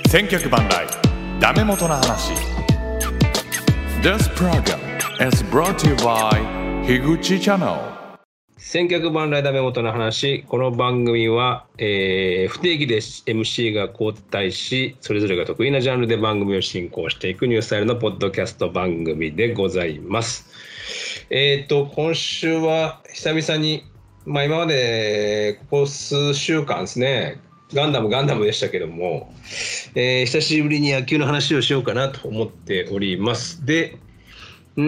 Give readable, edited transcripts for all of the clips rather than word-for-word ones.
千脚万来ダメ元の話。 This program is brought to you by 樋口チャンネル。 千脚万来ダメ元の話。この番組は、不定期で MC が交代し、それぞれが得意なジャンルで番組を進行していくニュースタイルのポッドキャスト番組でございます。今週は久々に、今までここ数週間ですね、ガンダムでしたけども、久しぶりに野球の話をしようかなと思っております。で、季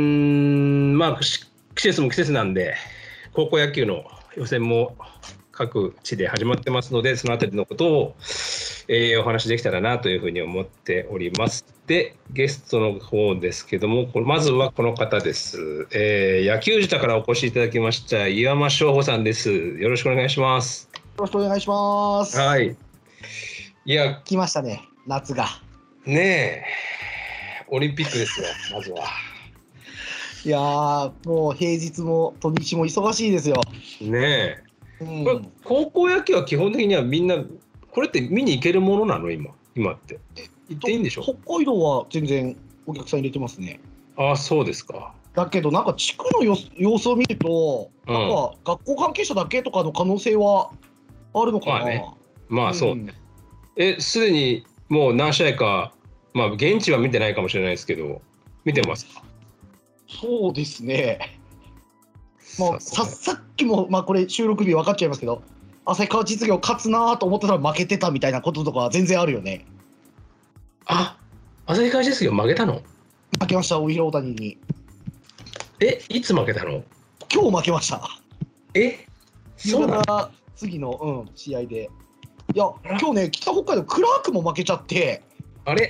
節も季節なんで、高校野球の予選も各地で始まってますので、そのあたりのことを、お話できたらなというふうに思っております。で、ゲストの方ですけども、まずはこの方です。野球自体からお越しいただきました岩間翔吾さんです。よろしくお願いします。 よろしくお願いします。 はい。いや、 来ましたね、夏が。 ねえ、オリンピックですよ、まずは。 いやー、もう平日も土日も忙しいですよ。 ねえ、これ高校野球は基本的にはみんなこれって見に行けるものなの？今って行っていいんでしょ？ 北海道は全然お客さん入れてますね。 ああ、そうですか。 だけどなんか地区の様子を見ると、なんか学校関係者だけとかの可能性はあるのかな。 まあそうね。すでにもう何試合か、現地は見てないかもしれないですけど、見てますか？ そうですね。さっきも、これ収録日分かっちゃいますけど、旭川実業勝つなと思ってたら負けてたみたいなこととか全然あるよね。 あ、旭川実業負けたの？ 負けました、大広大谷に。 いつ負けたの？ 今日負けました。 そうなの？次の、試合で。いや、今日ね、北北海道クラークも負けちゃって。 あれ？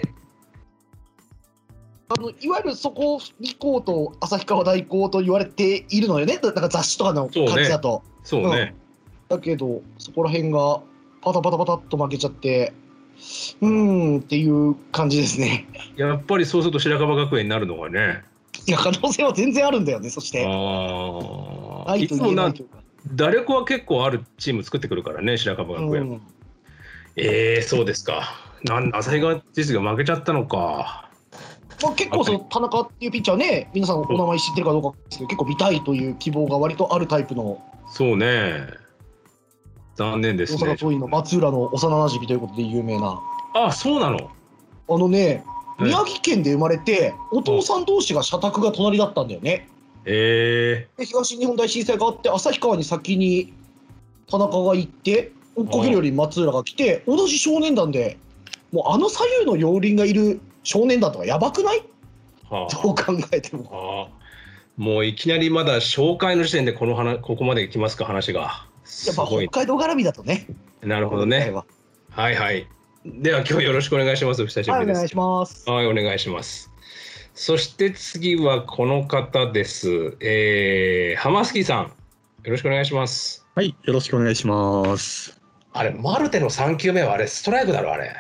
いわゆるそこ2校と旭川大高と言われているのよね。なんか雑誌とかの感じだと。 そうね。 だけどそこら辺がパタッと負けちゃってっていう感じですね。 やっぱりそうすると白樺学園になるのがね。 いや、可能性は全然あるんだよね。そしていつも打力は結構あるチーム作ってくるからね、白樺学園。そうですか。旭川実業負けちゃったのか。 結構その田中っていうピッチャーね、皆さんお名前知ってるかどうかですけど、結構見たいという希望が割とあるタイプの。 そうね。残念ですね。 大阪桐蔭の松浦の幼馴染ということで有名な。 あ、そうなの？ 宮城県で生まれて、お父さん同士が社宅が隣だったんだよね。で、東日本大震災があって、旭川に先に田中が行って、追っかけるより松浦が来て、同じ少年団で、もう左右の両輪がいる少年団とかやばくない？どう考えても。 もういきなりまだ紹介の時点でここまで来ますか、話が。 やっぱ北海道絡みだとね。 なるほどね。はいはい。では今日よろしくお願いします。久しぶりです。 お願いします。 はい、お願いします。そして次はこの方です。ハマスキーさん、よろしくお願いします。 はい、よろしくお願いします。 あれ、マルテの3球目はあれストライクだろ、あれ。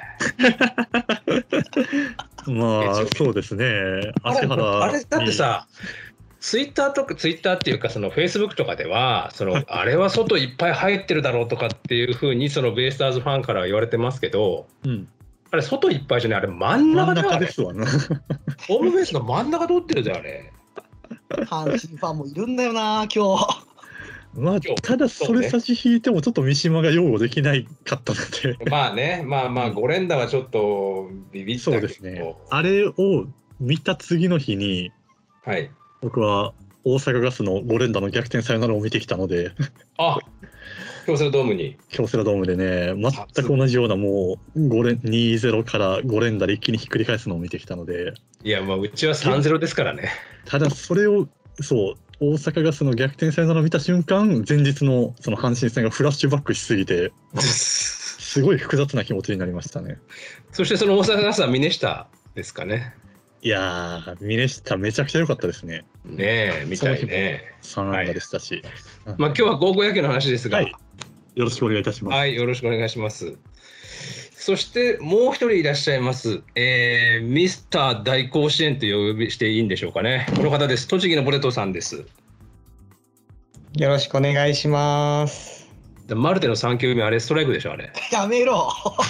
そうですね。 あれだってさ、ツイッターっていうか、そのフェイスブックとかではあれは外いっぱい入ってるだろうとかっていうふうにそのベイスターズファンからは言われてますけど、あれ外いっぱいじゃない、あれ真ん中だよ。 ですわな。 ホームベースの真ん中通ってるじゃん、あれ。 阪神ファンもいるんだよな今日。 ただそれ差し引いてもちょっと三島が擁護できないかったので 5連打はちょっとビビったけど。そうですね。 あれを見た次の日に、僕は大阪ガスの5連打の逆転サヨナラを見てきたので京セラドームでね、全く同じようなもう2-0から5連打で一気にひっくり返すのを見てきたので。 いや、うちは 3-0 ですからね。 ただそれを大阪ガスの逆転サヨナラを見た瞬間、前日のその阪神戦がフラッシュバックしすぎてすごい複雑な気持ちになりましたね。 そしてその大阪ガスは峰下ですかね。 いやー、峰下めちゃくちゃ良かったですね。 ねえ、みたいね。 3安打でしたし、 今日は高校野球の話ですが、 よろしくお願いいたします。 はい、よろしくお願いします。そしてもう一人いらっしゃいます。ミスター大甲子園と呼びしていいんでしょうかね。この方です。栃木のボレトさんです。 よろしくお願いします。 マルテの3球目あれストライクでしょあれ。 やめろ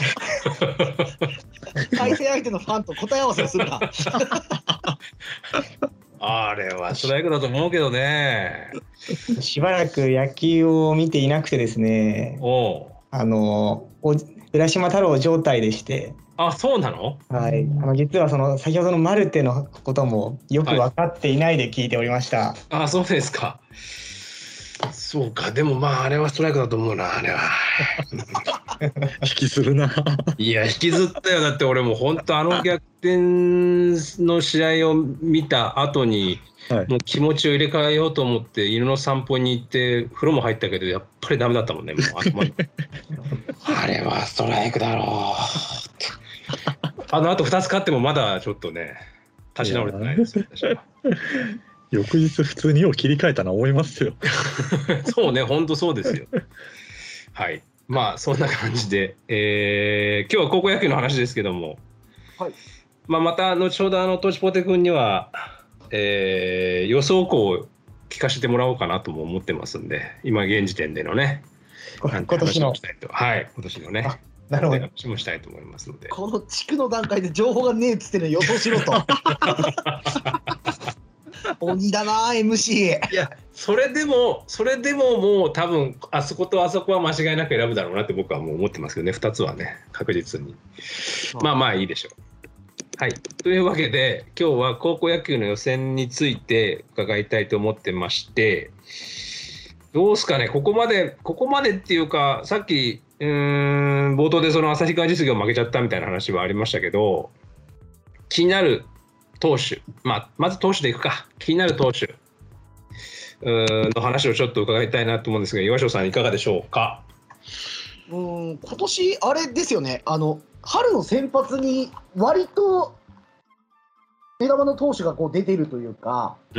対戦相手のファンと答え合わせをするなあれはストライクだと思うけどね。 しばらく野球を見ていなくてですね、浦島太郎状態でして。 あ、そうなの？ はい、実は先ほどのマルテのこともよく分かっていないで聞いておりました。 はい、あ、そうですか。そうか、でもまああれはストライクだと思うな、あれは。 引きずるな。 いや引きずったよ。だって俺も本当逆転の試合を見た後に、はい、もう気持ちを入れ替えようと思って犬の散歩に行って風呂も入ったけどやっぱりダメだったもんね。もうあれはストライクだろうあと2つ勝ってもまだちょっとね立ち直れてないですよ私は。 翌日普通にを切り替えたな思いますよ。 そうね、本当そうですよ。はい、まあそんな感じで、今日は高校野球の話ですけども、 はい、 また後ほどトチポテ君には、予想校を聞かせてもらおうかなとも思ってますんで、今現時点でのね今年のはい、今年のねなるほど話もしたいと思いますので、 この地区の段階で情報がねえっつってね予想しろと。鬼だな MC。 いやそれでももう多分あそことあそこは間違いなく選ぶだろうなって僕はもう思ってますけどね、2つはね確実に。まあいいでしょう。はい、というわけで今日は高校野球の予選について伺いたいと思ってまして、どうですかね、ここまでっていうか、さっき冒頭で旭川実業負けちゃったみたいな話はありましたけど、気になる投手、まず投手でいくか、気になる投手の話をちょっと伺いたいなと思うんですが、岩城さんいかがでしょうか。 今年あれですよね、春の先発に割と目玉の投手がこう出てるというか、 うん、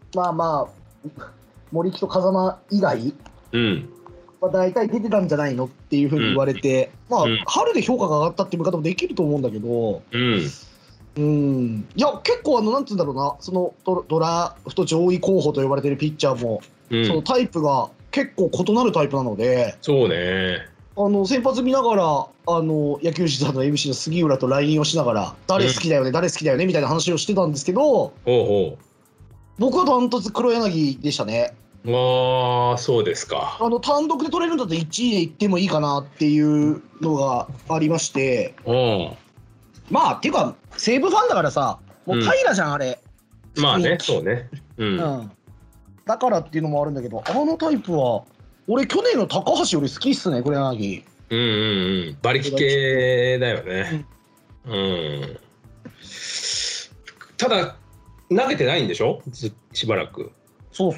森木と風間以外は大体出てたんじゃないのっていうふうに言われて、春で評価が上がったっていう見方もできると思うんだけど、いや結構なんつうんだろうな、そのドラフト上位候補と呼ばれてるピッチャーも、そのタイプが結構異なるタイプなので、 そうね、 先発見ながら野球児さんの MC の杉浦と LINE をしながら誰好きだよね、誰好きだよねみたいな話をしてたんですけど、僕はダントツ黒柳でしたね。 そうですか。 単独で取れるんだったら1位でいってもいいかなっていうのがありまして、っていうか西武ファンだからさ、もう平じゃん、あれ。 まあね、そうね、 だからっていうのもあるんだけど、タイプは俺去年の高橋より好きっすね、黒柳。 馬力系だよね。ただ投げてないんでしょ、しばらく。 そう。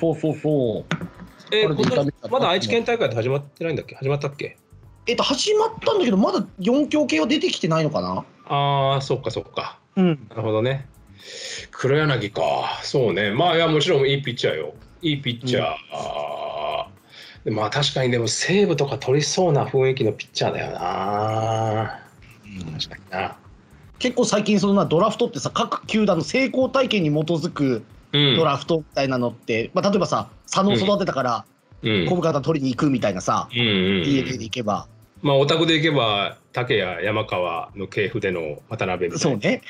まだ愛知県大会って始まってないんだっけ？始まったっけ？ 始まったんだけど、まだ4強系は出てきてないのかな。 そっか。なるほどね。黒柳か。そうね。いやもちろんいいピッチャーよ。いいピッチャー。確かにでも西武とか取りそうな雰囲気のピッチャーだよな。確かにな。 結構最近ドラフトってさ、各球団の成功体験に基づくドラフトみたいなのって、例えばさ、佐野育てたから小深田取りに行くみたいなさ、DNA でいけば、 オタクでいけば竹谷山川の系譜での渡辺みたいな。そうね。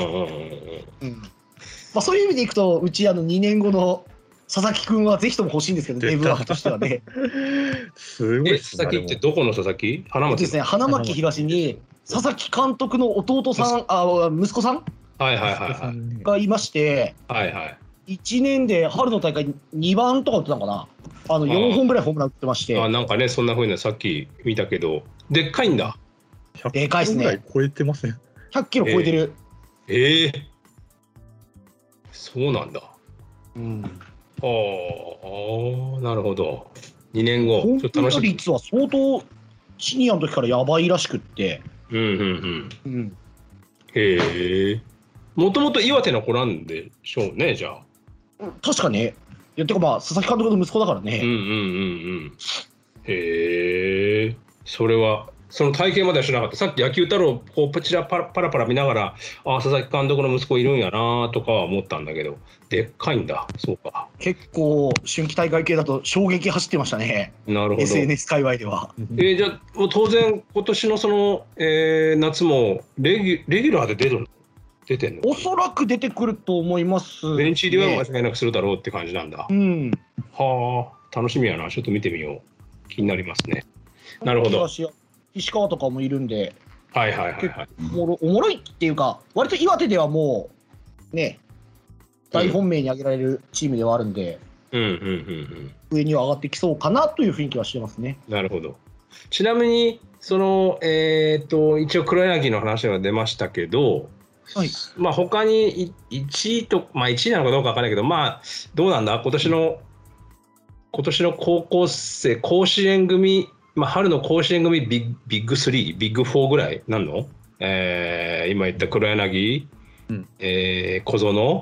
そういう意味でいくと、うち2年後の佐々木君はぜひとも欲しいんですけど、デブ枠としてはね。 すごい。 佐々木ってどこの佐々木？花巻ですね。花巻東に佐々木監督の弟さん、息子さんがいまして、1年で春の大会2番とか打ってたのかな。4本ぐらいホームラン打ってまして。 なんかね、そんな風なさっき見たけど、でっかいんだ。 でかいですね。 100キロ超えてますね。 100キロ超えてる。 そうなんだ。なるほど。2年後。 本当に率は相当シニアの時からやばいらしくって。 もともと岩手の子なんでしょうね、じゃあ。 確かね。てか佐々木監督の息子だからね。 それはその体型までは知らなかった。さっき野球太郎こうパラパラ見ながら、あ佐々木監督の息子いるんやなとかは思ったんだけど、でっかいんだ。そうか。 結構春季大会系だと衝撃走ってましたね。 なるほど。 SNS 界隈では。 じゃあもう当然今年のその、夏もレギュラーで出てんの？ おそらく出てくると思います、ね。 ベンチ入りは間違いなくするだろうって感じなんだ。 うん。 はあ、楽しみやな。ちょっと見てみよう。気になりますね。なるほど。 石川とかもいるんで、 はいはいはい、はい、 おもろいっていうか、割と岩手ではもうね、大本命に挙げられるチームではあるんで、上には上がってきそうかなという雰囲気はしてますね。 なるほど。ちなみにその一応黒柳の話が出ましたけど、はい、まあ他に1位とまあ1位なのかどうか分からないけど、まあどうなんだ今年の高校生甲子園組、まあ、春の甲子園組ビッグ3、ビッグ4ぐらいなんの、今言った黒柳、小園、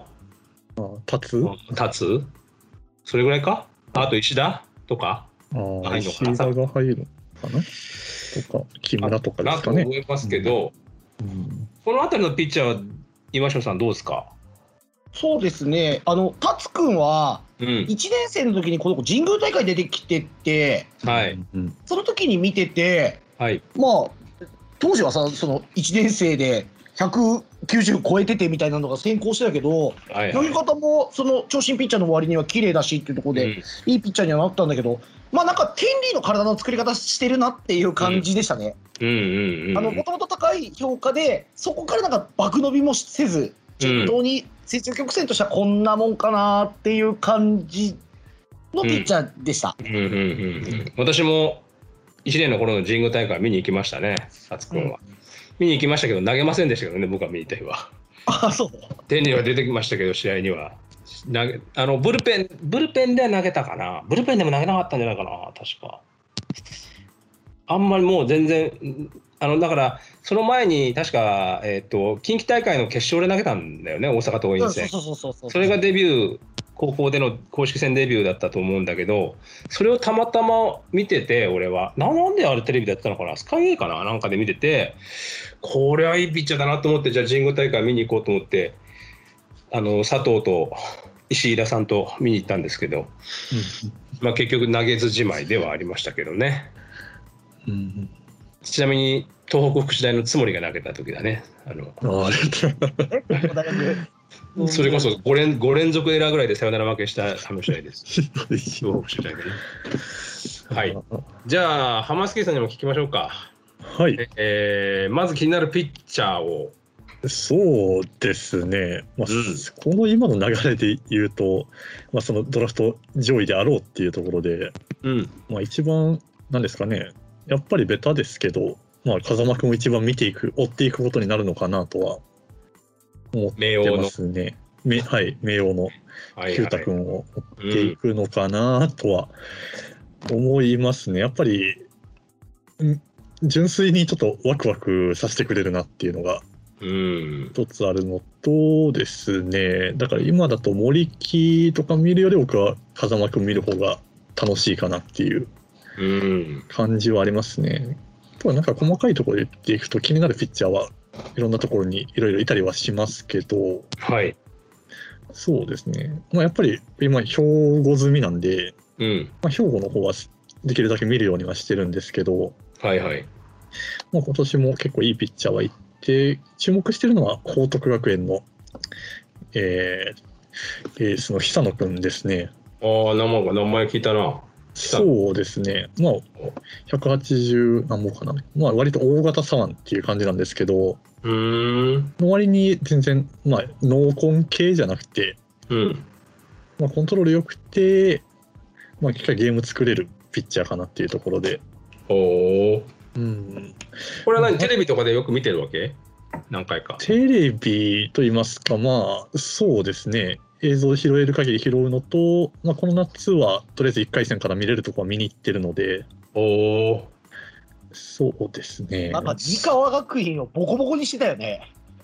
達それぐらいか。あと石田とか石田が入るのかなとか木村とかですかね。 と思いますけど、この辺りのピッチャーは今城さんどうですか？ そうですね、達君は1年生の時にこの子神宮大会出てきてて、はい、その時に見てて、はい、まあ当時はさその1年生で190超えててみたいなのが先行してたけど、投げ方もその長身ピッチャーの割には綺麗だしっていうところで、いいピッチャーにはなったんだけど、まあなんか天理の体の作り方してるなっていう感じでしたね。もともと高い評価で、そこからなんか爆伸びもせず、順当に成長曲線としてはこんなもんかなっていう感じのピッチャーでした。 私も1年の頃の神宮大会見に行きましたね、達君は。見に行きましたけど投げませんでしたけどね、僕は見に行った日は。 あ、そう。 天理は出てきましたけど、試合にはブルペンでは投げたかな。ブルペンでも投げなかったんじゃないかな、確か。あんまりもう全然だからその前に確か、近畿大会の決勝で投げたんだよね、大阪桐蔭戦。それがデビュー、高校での公式戦デビューだったと思うんだけど、それをたまたま見てて、俺はなんであれテレビでやってたのかな、スカイ A かななんかで見てて、これはいいピッチャーだなと思って、じゃあ神宮大会見に行こうと思って佐藤と石井田さんと見に行ったんですけど、まあ結局投げずじまいではありましたけどね。ちなみに東北福祉大の津森が投げた時だね。それこそ5連続エラーぐらいでサヨナラ負けした試合です。東北福祉大がね。はい。じゃあ浜助さんにも聞きましょうか。 はい。 まず気になるピッチャーを。 そうですね、この今の流れで言うと、そのドラフト上位であろうっていうところで、一番なんですかね、やっぱりベタですけど、風間君を一番追っていくことになるのかなとは思ってますね。はい、明桜の九太君を追っていくのかなとは思いますね。やっぱり純粋にちょっとワクワクさせてくれるなっていうのが一つあるのとですね、だから今だと森木とか見るより僕は風間君見る方が楽しいかなっていう感じはありますね。ただなんか細かいところで言っていくと気になるピッチャーはいろんなところにいろいろいたりはしますけど、 はい、 そうですね、やっぱり今兵庫済みなんで、兵庫の方はできるだけ見るようにはしてるんですけど、今年も結構いいピッチャーはいて、注目してるのは報徳学園の、エースの久野君ですね。 名前聞いたな。 そうですね、180何本かな、割と大型左腕っていう感じなんですけど、の割に全然、ノーコン系じゃなくて、コントロール良くて、結果ゲーム作れるピッチャーかなっていうところで。 これは何、テレビとかでよく見てるわけ？何回か。 テレビと言いますか、そうですね、映像で拾える限り拾うのと、この夏はとりあえず1回戦から見れるとこは見に行ってるので。 そうですね。なんか三河学院をボコボコにしてたよね。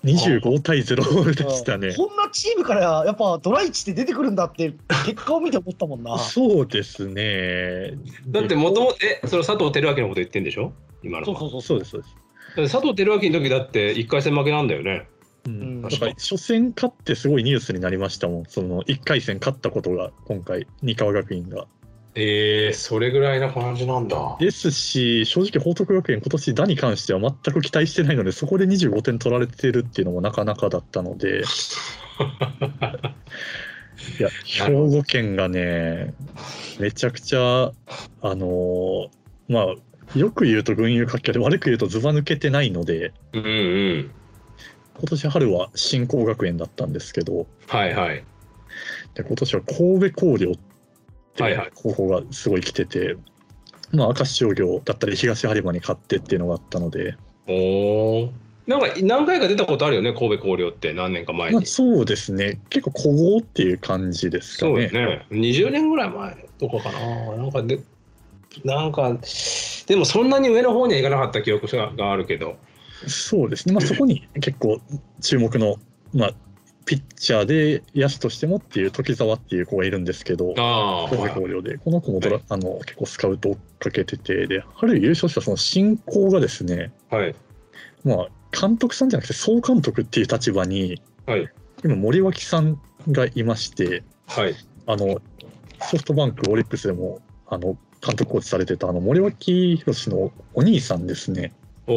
25対0でしたね。 こんなチームからやっぱドラ1って出てくるんだって結果を見て思ったもんな。 そうですね。 だってもともとその佐藤輝明のこと言ってんでしょ今の。 そうです。 佐藤輝明の時だって1回戦負けなんだよね。 だから初戦勝ってすごいニュースになりましたもん。その1回戦勝ったことが今回二川学院が。 それぐらいな感じなんだ。 ですし、正直報徳学園今年打に関しては全く期待してないので、そこで25点取られてるっていうのもなかなかだったのでいや兵庫県がねめちゃくちゃまあよく言うと群雄割拠で悪く言うとずば抜けてないので、今年春は新興学園だったんですけど、で今年は神戸弘陵って高校がすごい来てて、明石商業だったり東播磨に勝ってっていうのがあったので。 なんか何回か出たことあるよね、神戸弘陵って何年か前に。 そうですね、結構古豪っていう感じですかね。 そうですね、20年ぐらい前とかかな。なんかでもそんなに上の方には行かなかった記憶があるけど。 そうですね、そこに結構注目の、ピッチャーで野手としてもっていう時澤っていう子がいるんですけど、神戸弘陵でこの子も結構スカウトをかけてて、で春優勝したその新興がですね、監督さんじゃなくて総監督っていう立場に、今森脇さんがいまして、ソフトバンクオリックスでも監督コーチされてた森脇宏のお兄さんですね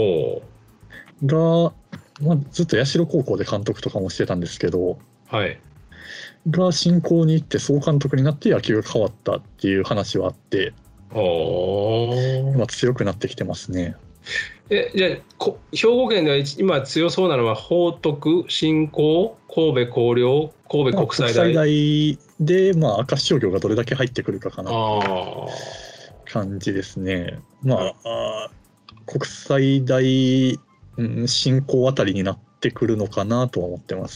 が、ずっと社高校で監督とかもしてたんですけど、が新興に行って総監督になって野球が変わったっていう話はあって、今強くなってきてますね。 じゃあ兵庫県では今強そうなのは報徳、新興、神戸弘陵、神戸国際大で、明石商業がどれだけ入ってくるかかな感じですね。国際大、新興あたりになってくるのかなとは思ってます。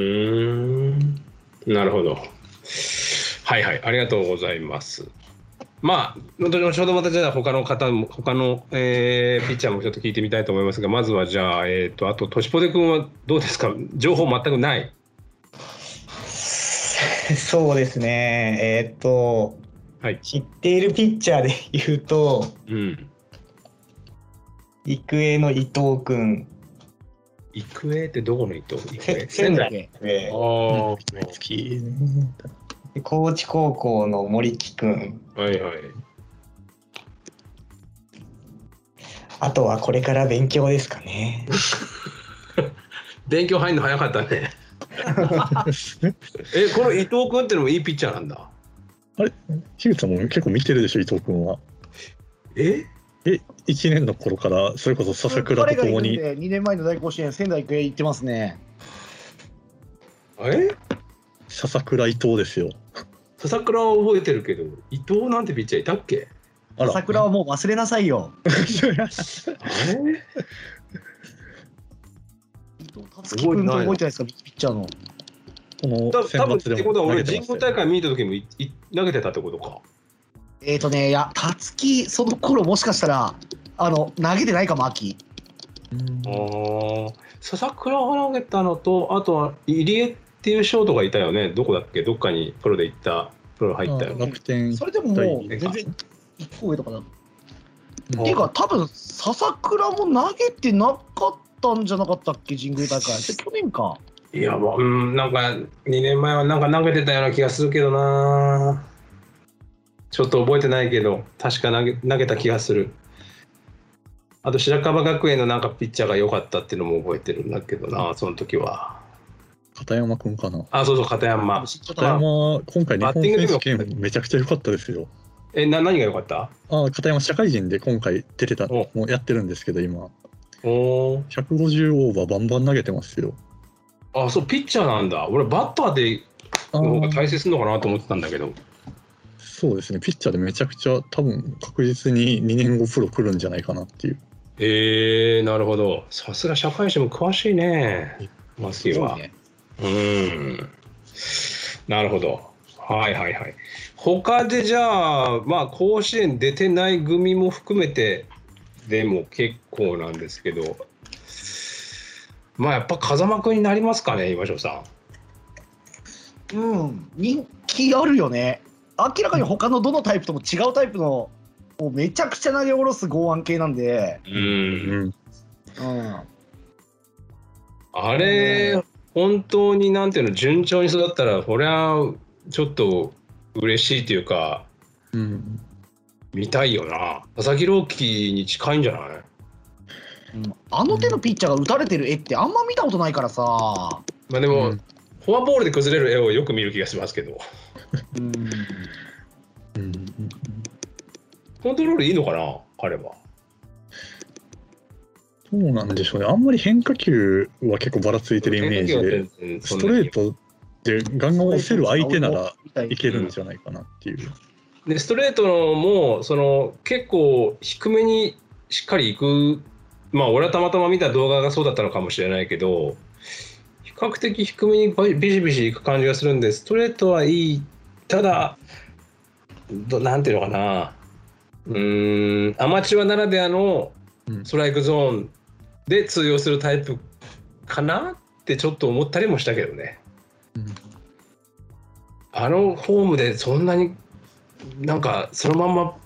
なるほど。ありがとうございます。後ほどまたじゃあ他のピッチャーもちょっと聞いてみたいと思いますが、まずはじゃああとトシポテ君はどうですか、情報全くない？ そうですね、知っているピッチャーで言うと、育英の伊藤君。 育英ってどこの伊藤？ 仙台育英。高知高校の森木君。あとはこれから勉強ですかね。 勉強入るの早かったね。この伊藤君ってのもいいピッチャーなんだ。 あれ、樋口さんも結構見てるでしょ、伊藤君は。1年の頃からそれこそ笹倉とともに。 2年前の大甲子園仙台育英行ってますね。 笹倉伊藤ですよ。 笹倉は覚えてるけど、伊藤なんてピッチャーいたっけ？ 笹倉はもう忘れなさいよ。伊藤達樹君と覚えてないですか、ピッチャーの。 この多分ってことは俺神宮大会見た時も投げてたってことか。 いや達樹その頃もしかしたら投げてないかも。秋。 笹倉が投げたのと、あとは入江っていうショートがいたよね。どこだっけ、どっかにプロ入ったよね。 楽天。 それでももう全然一個上とかだ。っていうか多分笹倉も投げてなかったんじゃなかったっけ、神宮大会。去年か。 いやもうなんか2年前はなんか投げてたような気がするけどな。ちょっと覚えてないけど確か投げた気がする。あと白樺学園のなんかピッチャーが良かったっていうのも覚えてるんだけどな、その時は。 片山くんかな。 そう片山。 今回日本選手権めちゃくちゃ良かったですよ。 何が良かった？ 片山社会人で今回出てたもうやってるんですけど、今150オーバーバンバン投げてますよ。 そうピッチャーなんだ。俺バッターでの方が大切なのかなと思ってたんだけど。 そうですね、ピッチャーでめちゃくちゃ多分確実に2年後プロ来るんじゃないかなっていう。 なるほど。さすが社会人も詳しいね、マスキーは。なるほど。他でじゃあ甲子園出てない組も含めてでも結構なんですけど、 まあやっぱ風間君になりますかね、今城さん。人気あるよね。明らかに他のどのタイプとも違うタイプのもうめちゃくちゃ投げ下ろす剛腕系なんで。 あれ、本当になんていうの、順調に育ったらこれはちょっと嬉しいというか、見たいよな。佐々木朗希に近いんじゃない？ あの手のピッチャーが打たれてる絵ってあんま見たことないからさ。 まあでも、フォアボールで崩れる絵をよく見る気がしますけど。コントロールいいのかな、彼は。 そうなんでしょうね。あんまり変化球は結構ばらついてるイメージで、ストレートでガンガン押せる相手ならいけるんじゃないかなっていう。 でストレートも結構低めにしっかりいく。まあ俺はたまたま見た動画がそうだったのかもしれないけど、比較的低めにビシビシいく感じがするんで、ストレートはいい。ただなんていうのかな、アマチュアならではのストライクゾーンで通用するタイプかなってちょっと思ったりもしたけどね。あのフォームでそんなになんかそのまんま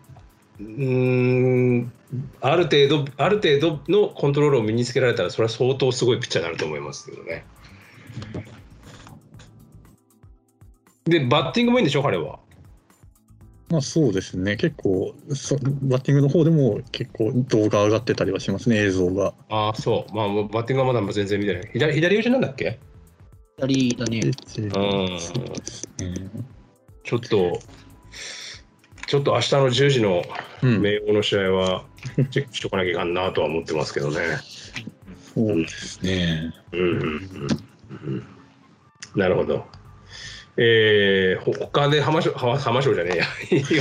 ある程度のコントロールを身につけられたら、それは相当すごいピッチャーになると思いますけどね。でバッティングもいいんでしょ、彼は。 まあそうですね、結構バッティングの方でも結構動画上がってたりはしますね、映像が。 ああそう、まあバッティングはまだ全然見てない。左打ちなんだっけ？ 左だね。 ちょっと明日の10時の明桜の試合はチェックしとかなきゃいかんなとは思ってますけどね。 そうですね。 なるほど。他で浜省じゃねえや。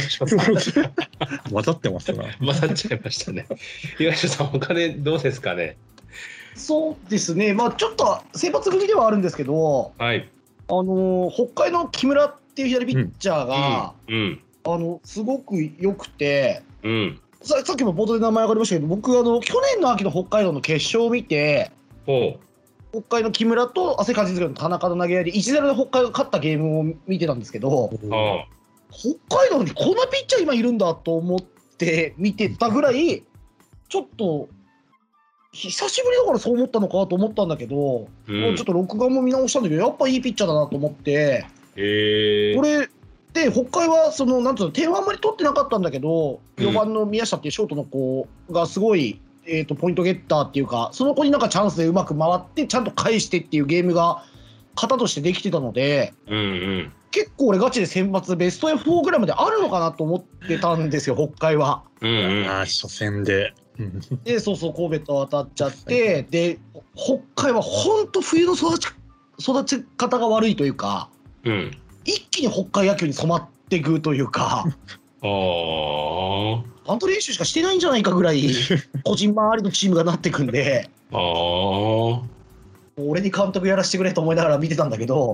混ざってますな。 混ざっちゃいましたね。東野さん、他でどうですかね。 そうですね、まあちょっと先発組ではあるんですけど、 はい、 北海の木村っていう左ピッチャーが、すごく良くて、さっきも冒頭で名前上がりましたけど、僕去年の秋の北海道の決勝を見て、北海の木村と汗かじつけの田中の投げ合いで 1-0 で北海が勝ったゲームを見てたんですけど、北海道にこんなピッチャー今いるんだと思って見てたぐらい、ちょっと久しぶりだからそう思ったのかと思ったんだけど、もうちょっと録画も見直したんだけど、やっぱいいピッチャーだなと思って、これで北海はなんていうの、点はあんまり取ってなかったんだけど、4番の宮下っていうショートの子がすごい、ポイントゲッターっていうか、その子になんかチャンスでうまく回ってちゃんと返してっていうゲームが型としてできてたので、結構俺ガチで選抜ベスト4ぐらいまであるのかなと思ってたんですよ、北海は。 初戦で。 でそう神戸と当たっちゃって、で北海は本当冬の育ち方が悪いというか、一気に北海野球に染まっていくというかバント練習しかしてないんじゃないかぐらい個人周りのチームがなっていくんで俺に監督やらせてくれと思いながら見てたんだけど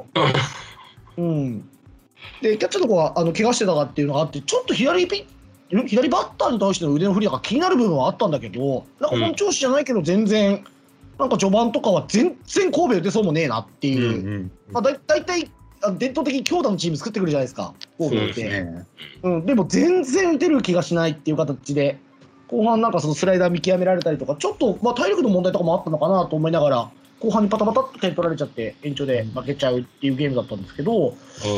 でキャッチャーの子は怪我してたかっていうのがあって、ちょっと左バッターに対しての腕の振りが気になる部分はあったんだけど、なんか本調子じゃないけど全然なんか序盤とかは全然神戸打てそうもねえなっていう、だいたい伝統的に強打のチーム作ってくるじゃないですか、神戸って。でも全然打てる気がしないっていう形で、後半なんかそのスライダー見極められたりとか、ちょっと体力の問題とかもあったのかなと思いながら、後半にパタパタって点取られちゃって延長で負けちゃうっていうゲームだったんですけど、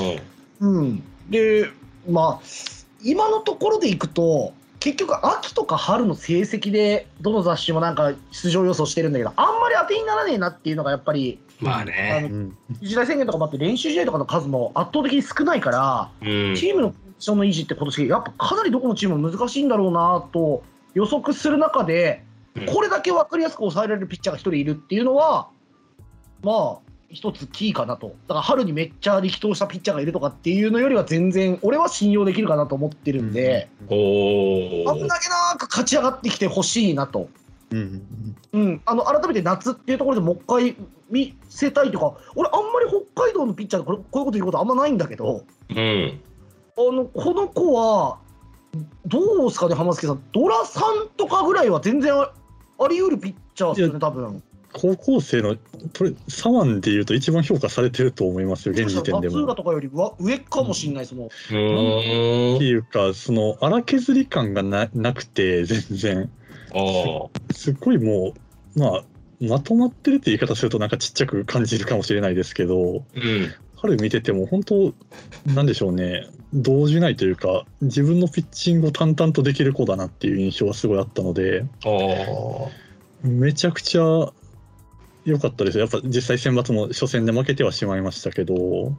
でまあ今のところでいくと結局秋とか春の成績でどの雑誌もなんか出場予想してるんだけど、あんまり当てにならねえなっていうのがやっぱり、時代宣言とかもあって練習試合とかの数も圧倒的に少ないから、チームのポジションの維持って今年やっぱかなりどこのチームも難しいんだろうなと予測する中で、これだけ分かりやすく抑えられるピッチャーが1人いるっていうのはまあ一つキーかなと。だから春にめっちゃ力投したピッチャーがいるとかっていうのよりは全然俺は信用できるかなと思ってるんで、危なげなく勝ち上がってきてほしいなと。改めて夏っていうところでもう一回見せたいというか、俺あんまり北海道のピッチャーでこういうこと言うことあんまないんだけど、この子はどうですかね、浜助さん。ドラさんとかぐらいは全然あり得るピッチャーですよね、多分。 高校生の左腕でいうと一番評価されてると思いますよ、現時点でも。 松浦とかより上かもしれないですもん。っていうか、その荒削り感がなくて、全然。すっごいもう、まとまってるって言い方するとなんかちっちゃく感じるかもしれないですけど、彼見てても本当、なんでしょうね、動じないというか、自分のピッチングを淡々とできる子だなっていう印象がすごいあったので、めちゃくちゃ良かったですよ。やっぱ実際選抜も初戦で負けてはしまいましたけど、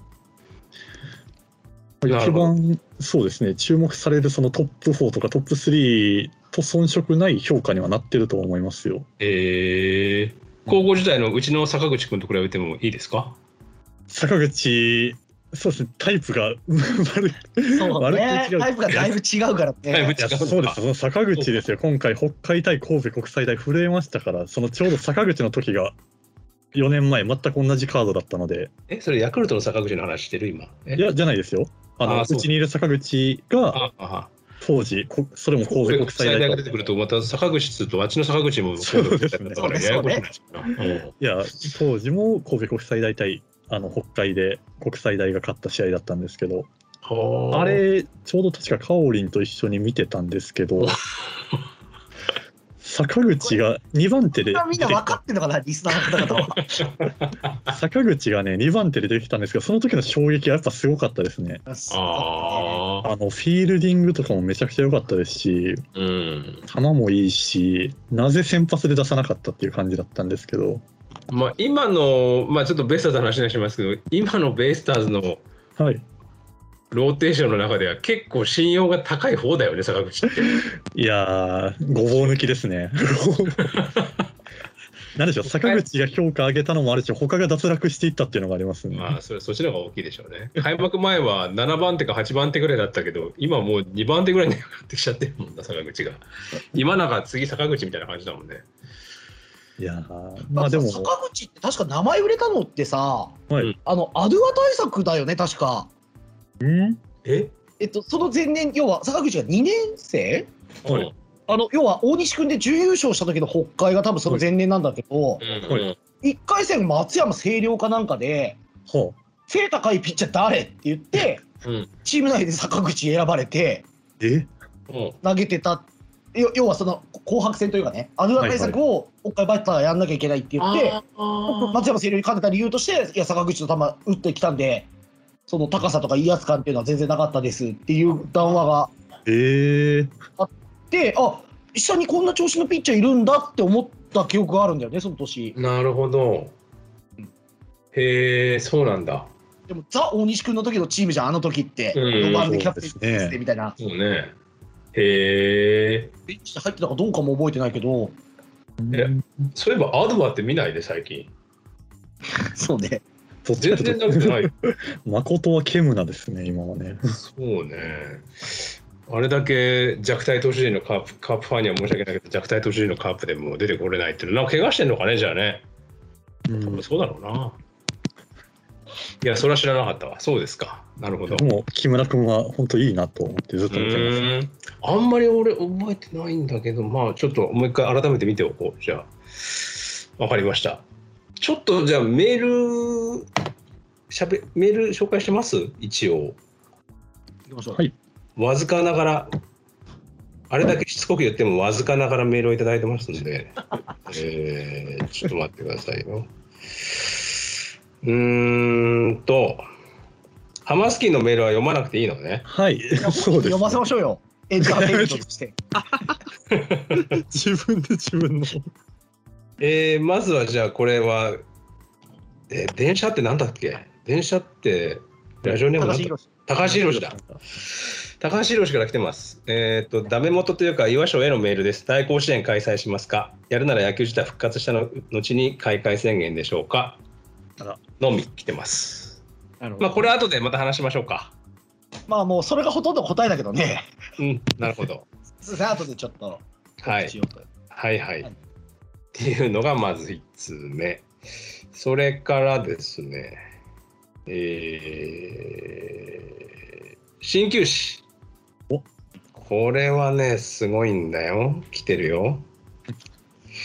一番そうですね、注目されるそのトップ4とかトップ3と遜色ない評価にはなってると思いますよ。 高校時代のうちの坂口君と比べてもいいですか？ 坂口、そうですね、タイプがそうね、タイプがだいぶ違うからね。 そうです、その坂口ですよ。今回北海対神戸国際大震えましたから、そのちょうど坂口の時が4年前全く同じカードだったので。 それヤクルトの坂口の話してる今？ いや、じゃないですよ。うちにいる坂口が当時、それも神戸国際大が出てくると、また坂口するとあっちの坂口もそうですね。 いや、当時も神戸国際大対北海で国際大が勝った試合だったんですけど、あれちょうど確かカオリンと一緒に見てたんですけど、坂口が2番手でみんな分かってんのかな、リスナーの方々は。 坂口がね2番手で出てきたんですけど、その時の衝撃はやっぱすごかったですね。フィールディングとかもめちゃくちゃ良かったですし、球もいいし、なぜ先発で出さなかったっていう感じだったんですけど、 今の、ちょっとベイスターズの話にしますけど、今のベイスターズのローテーションの中では結構信用が高い方だよね、坂口って。 いやー、ごぼう抜きですね。なんでしょう、坂口が評価上げたのもあるし、他が脱落していったっていうのがありますね。 そっちの方が大きいでしょうね。開幕前は7番手か8番手ぐらいだったけど、今もう2番手ぐらいに上がってきちゃってるもんな、坂口が。今なんか次坂口みたいな感じだもんね。 いやでも坂口って確か名前売れたのってさ、アドゥア対策だよね、確か。その前年、要は坂口が2年生、要は大西君で準優勝した時の北海が多分その前年なんだけど、1回戦松山星稜かなんかで背高いピッチャー誰って言って、チーム内で坂口選ばれて投げてた。要はその紅白戦というかね、アドゥア対策を北海バッターやんなきゃいけないって言って、松山星稜に勝てた理由として、いや坂口の球打ってきたんで、その高さとか威圧感っていうのは全然なかったですっていう談話があって、下にこんな調子のピッチャーいるんだって思った記憶があるんだよね、その年。 なるほど。へえ、そうなんだ。 でもザ・大西君の時のチームじゃん、あの時って4番でキャプテンですねみたいな。 そうね。へえ。 ベンチで入ってたかどうかも覚えてないけど。 そういえばアドバって見ないで最近。 そうね。 全然なくてない。 誠はケムナですね、今はね。 そうね。あれだけ弱体投手陣のカープファンには申し訳ないけど、弱体投手陣のカープでも出てこれないっていうのは、なんか怪我してんのかね、じゃあね。多分そうだろうな。いや、それは知らなかったわ。そうですか。なるほど。 もう木村君は本当いいなと思ってずっと見てます。 あんまり俺覚えてないんだけど、ちょっともう一回改めて見ておこう。じゃあ、わかりました。ちょっとじゃあメール紹介してます？一応。 はい。 わずかながら、あれだけしつこく言ってもわずかながらメールをいただいてますんで、ちょっと待ってくださいよ。ハマスキーのメールは読まなくていいのね。 はい、そうです。 読ませましょうよ。エンターテインメントとして。 自分で自分の。 まずはじゃあこれは、電車ってなんだっけ？電車ってラジオネームなんだ？高橋宏だ。高橋宏から来てます。ダメ元というか岩所へのメールです。大甲子園開催しますか？やるなら野球自体復活したの後に開会宣言でしょうか？のみ来てます。これ後でまた話しましょうか。 もうそれがほとんど答えだけどね。 なるほど。 後でちょっとはいっていうのがまず1つ目。それからですね、鍼灸師。これはねすごいんだよ。来てるよ。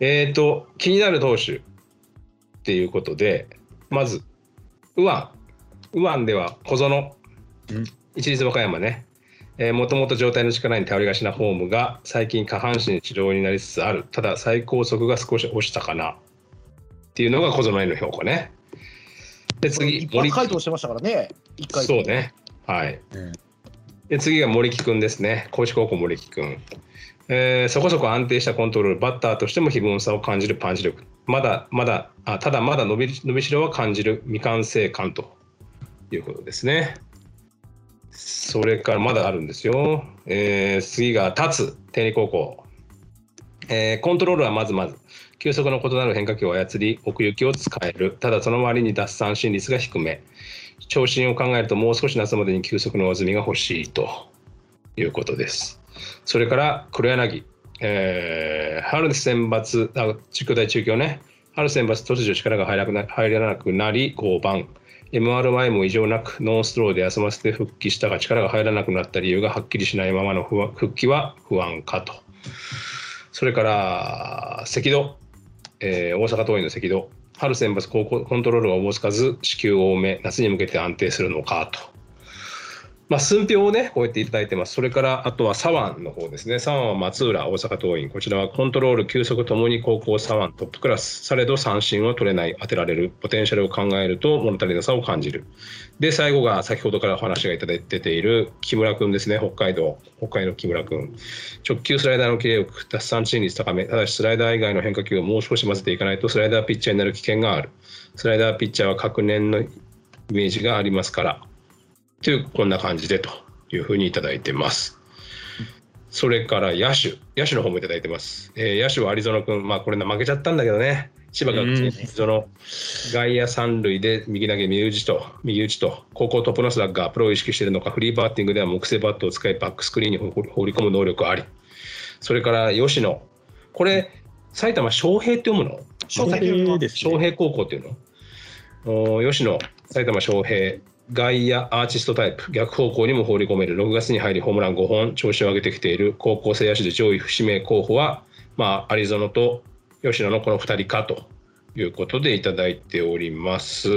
気になる投手っていうことで、まず右腕では小園、市立和歌山ね、もともと状態の力に頼りがちなフォームが最近下半身治療になりつつある。ただ最高速が少し落ちたかなっていうのが小園への評価ね。で次一発回答してましたからね、1回。 そうね、はい。で次が森木君ですね、高知高校森木君。そこそこ安定したコントロール、バッターとしても非凡さを感じるパンチ力、ただまだ伸びしろは感じる未完成感ということですね。それからまだあるんですよ。次が達天理高校。コントロールはまず球速の異なる変化球を操り奥行きを使える。ただその割に奪三振率が低め。長身を考えるともう少し夏までに球速の上積みが欲しいということです。それから黒柳、春選抜中京大中京ね、春選抜突如力が入らなくなり降板。MRI も異常なくノンストローで休ませて復帰したが力が入らなくなった理由がはっきりしないままの復帰は不安かと。それから関戸、大阪桐蔭の関戸、春選抜コントロールがおぼつかず四球多め、夏に向けて安定するのかと。寸評をねこうやっていただいてます。それからあとは左腕の方ですね。左腕は松浦、大阪桐蔭、こちらはコントロール球速ともに高校左腕トップクラス、されど三振を取れない、当てられるポテンシャルを考えると物足りなさを感じる。で最後が先ほどからお話が出ている木村君ですね。北海道木村君、直球スライダーのキレよく奪三振率高め、ただしスライダー以外の変化球をもう少し混ぜていかないとスライダーピッチャーになる危険がある。スライダーピッチャーは隔年のイメージがありますからという、こんな感じでというふうにいただいてます。それから野手の方もいただいてます。野手は有園君、これ負けちゃったんだけどね、千葉学生その外野三塁で右投げ右打ちと高校トップのスラッガー、プロを意識しているのか、フリーバッティングでは木製バットを使いバックスクリーンに放り込む能力あり。それから吉野、これ埼玉昌平って読むの？ 昌平です、ね、昌平高校っていうの？吉野、埼玉昌平、外野アーティストタイプ、逆方向にも放り込める。6月に入りホームラン5本、調子を上げてきている。高校生野手で上位指名候補は、有園と吉野のこの2人かということでいただいております。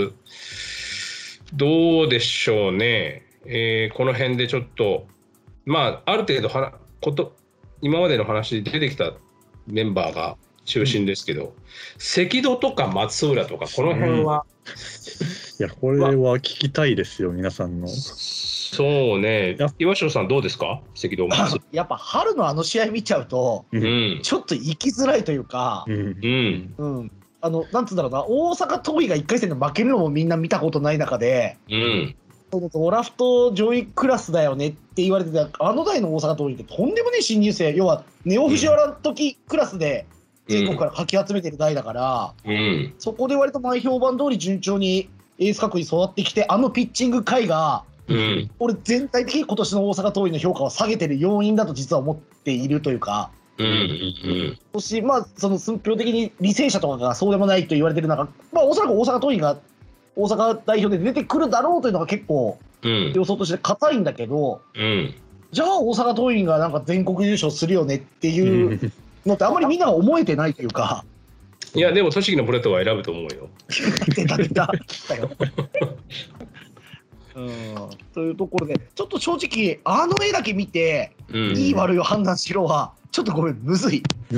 どうでしょうね。この辺でちょっとある程度今までの話で出てきたメンバーが中心ですけど、関戸とか松浦とかこの辺は、 いやこれは聞きたいですよ、皆さんの。 そうね、岩城さんどうですか、関戸松浦。 やっぱ春の試合見ちゃうと、ちょっと行きづらいというか、なんつうんだろうな、大阪桐蔭が1回戦で負けるのもみんな見たことない中で、ドラフト上位クラスだよねって言われてた代の大阪桐蔭ってとんでもねえ新入生、要はネオ藤原の時クラスで全国からかき集めてる代だから、そこで割と前評判通り順調にエース格に育ってきて、ピッチング回が、俺全体的に今年の大阪桐蔭の評価を下げてる要因だと実は思っているというか、そしてその寸評的に履正社とかがそうでもないと言われてる中、おそらく大阪桐蔭が大阪代表で出てくるだろうというのが結構予想として硬いんだけど、じゃあ大阪桐蔭がなんか全国優勝するよねっていうのってあんまりみんなが思えてないというか。 いやでも栃木のプレートは選ぶと思うよ。 出たよというところでちょっと正直絵だけ見て、いい悪いを判断しろはちょっとごめんむずい。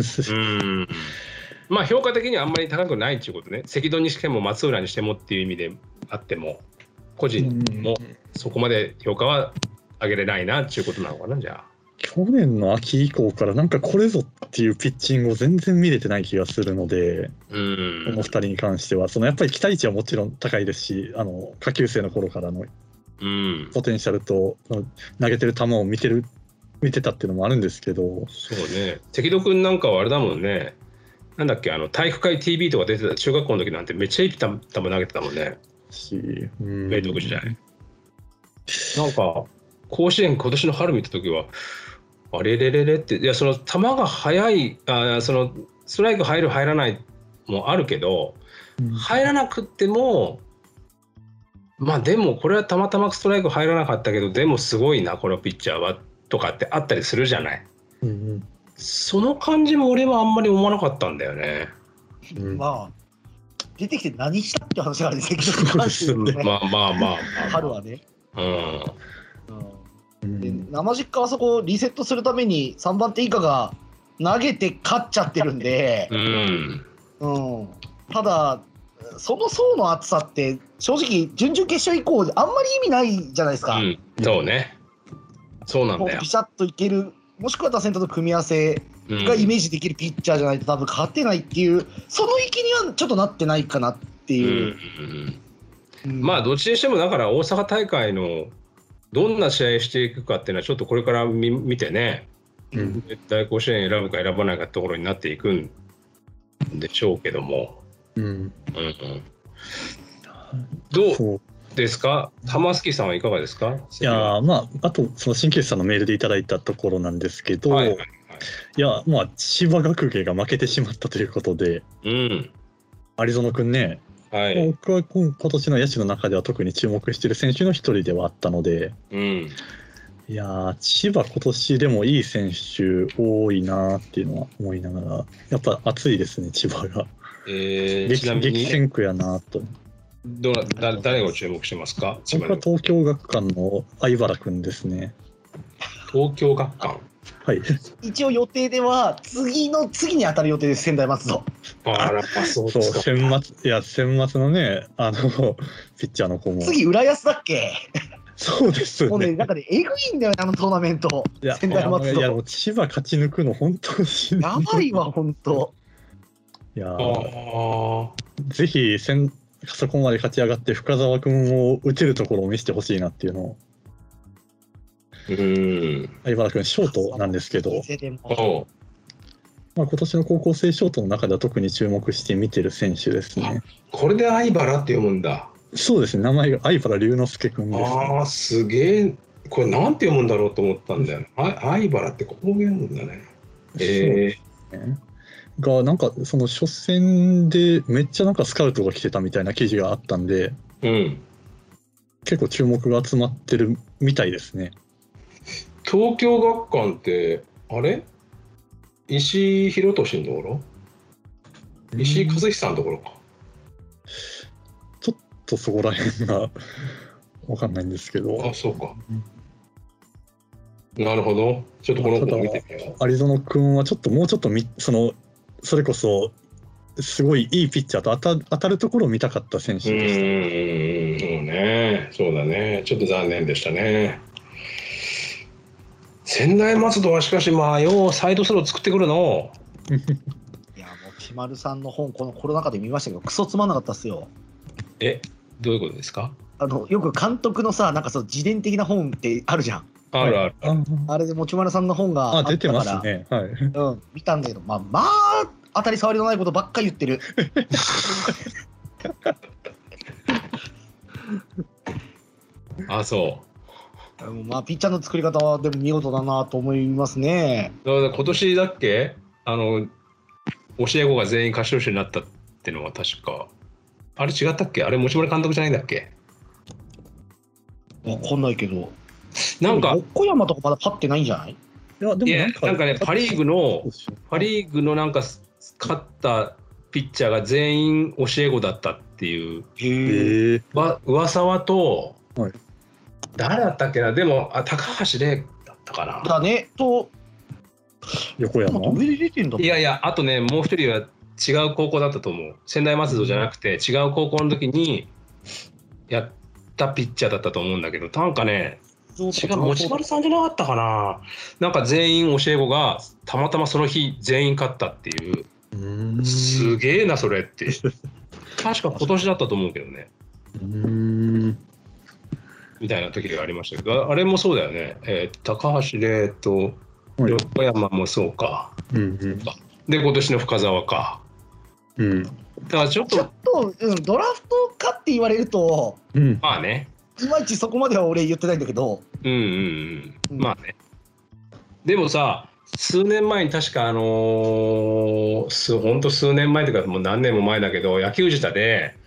評価的にはあんまり高くないっていうことね。関戸にしても松浦にしてもっていう意味であっても個人もそこまで評価は上げれないなっていうことなのかな。じゃあ去年の秋以降からなんかこれぞっていうピッチングを全然見れてない気がするので、この2人に関してはやっぱり期待値はもちろん高いですし、下級生の頃からのポテンシャルと投げてる球を見てたっていうのもあるんですけど。そうね、関戸君なんかはあれだもんね、なんだっけ、体育会 TV とか出てた中学校の時なんてめっちゃいい球投げてたもんね。明徳時代なんか甲子園今年の春見た時はあれれれれって、いやその球が速い、そのストライク入る入らないもあるけど、入らなくってもでもこれはたまたまストライク入らなかったけど、でもすごいなこのピッチャーはとかってあったりするじゃない。 その感じも俺はあんまり思わなかったんだよね。 まあ出てきて何したって話があるんですけど、 まあ春はね。で生実家はそこをリセットするために3番手以下が投げて勝っちゃってるんで、ただその層の厚さって正直準々決勝以降あんまり意味ないじゃないですか。 そうね、そうなんだよ。 ピシャッといける、もしくは打線との組み合わせがイメージできるピッチャーじゃないと多分勝てないっていう、その域にはちょっとなってないかなっていう。 まあどっちにしてもだから大阪大会のどんな試合していくかっていうのはちょっとこれから見てね、大甲子園選ぶか選ばないかってところになっていくんでしょうけども、どうですか、玉月さんはいかがですか？ いやまああとその鍼灸師さんのメールでいただいたところなんですけど、いやまあ千葉学芸が負けてしまったということで、有園君ね、僕は今年の野手の中では特に注目している選手の一人ではあったので、いや千葉今年でもいい選手多いなっていうのは思いながら、やっぱ熱いですね千葉が。激戦区やなと。 誰を注目してますか？ 僕は東京学館の相原君ですね。 東京学館、 はい、 一応予定では次の次に当たる予定です、専大松戸。 そう選抜のねピッチャーの子も次浦安だっけ？ そうですね。 もうね、なんかね、えぐいんだよね、あのトーナメント。専大松戸。 いや、もう千葉勝ち抜くの本当にやばいわ、本当。 いやぜひそこまで勝ち上がって深沢君を打てるところを見せてほしいなっていうのを。相原君ショートなんですけど、まあ、今年の高校生ショートの中では特に注目して見てる選手ですね。 これで相原って読むんだ。 そうですね、名前が相原龍之介君です、ね。 すげえ、これなんて読むんだろうと思ったんだよ。相原ってこう読むんだね。 がなんかその初戦でめっちゃなんかスカウトが来てたみたいな記事があったんで、結構注目が集まってるみたいですね。 東京学館ってあれ石井宏俊のところ、石井和久のところか。 ちょっとそこら辺が分かんないんですけど。 そうか。なるほど。ちょっとこの子見てみよう。 有園君はちょっともうちょっとそれこそすごいいいピッチャーと当たるところを見たかった選手でした。 そうだね。ちょっと残念でしたね。専大松戸はしかしようサイドスロー作ってくるの。 いやもう千丸さんの本このコロナ禍で見ましたけどクソつまんなかったっすよ。 どういうことですか？ よく監督のさなんか自伝的な本ってあるじゃん。 ある。 あれで持丸さんの本があったから出てますね。はい。 見たんだけど当たり障りのないことばっかり言ってる。 そう。 ピッチャーの作り方はでも見事だなと思いますね。 だから今年だっけ教え子が全員勝ち投手になったっていうのは確かあれ違ったっけ？あれ持丸監督じゃないんだっけ？ 分かんないけどなんか小山とかまだ勝ってないんじゃない？ いやでもなんかねパ・リーグのなんか勝ったピッチャーが全員教え子だったっていう噂はと、誰だったっけな。でも高橋礼だったかな。 だねと横山上で出てんだ。 いやあとねもう一人は違う高校だったと思う。専大松戸じゃなくて違う高校の時にやったピッチャーだったと思うんだけど、なんかね持丸さんじゃなかったかな。なんか全員教え子がたまたまその日全員勝ったっていう。すげえなそれって確か今年だったと思うけどね。みたいな時がありましたけど、あれもそうだよね。高橋礼と横山もそうか。で今年の深沢か。だからちょっと、 ドラフトかって言われると、 まあね。 いまいちそこまでは俺言ってないんだけど。 まあね。でもさ。数年前に確かほんと数年前というかもう何年も前だけど野球自体で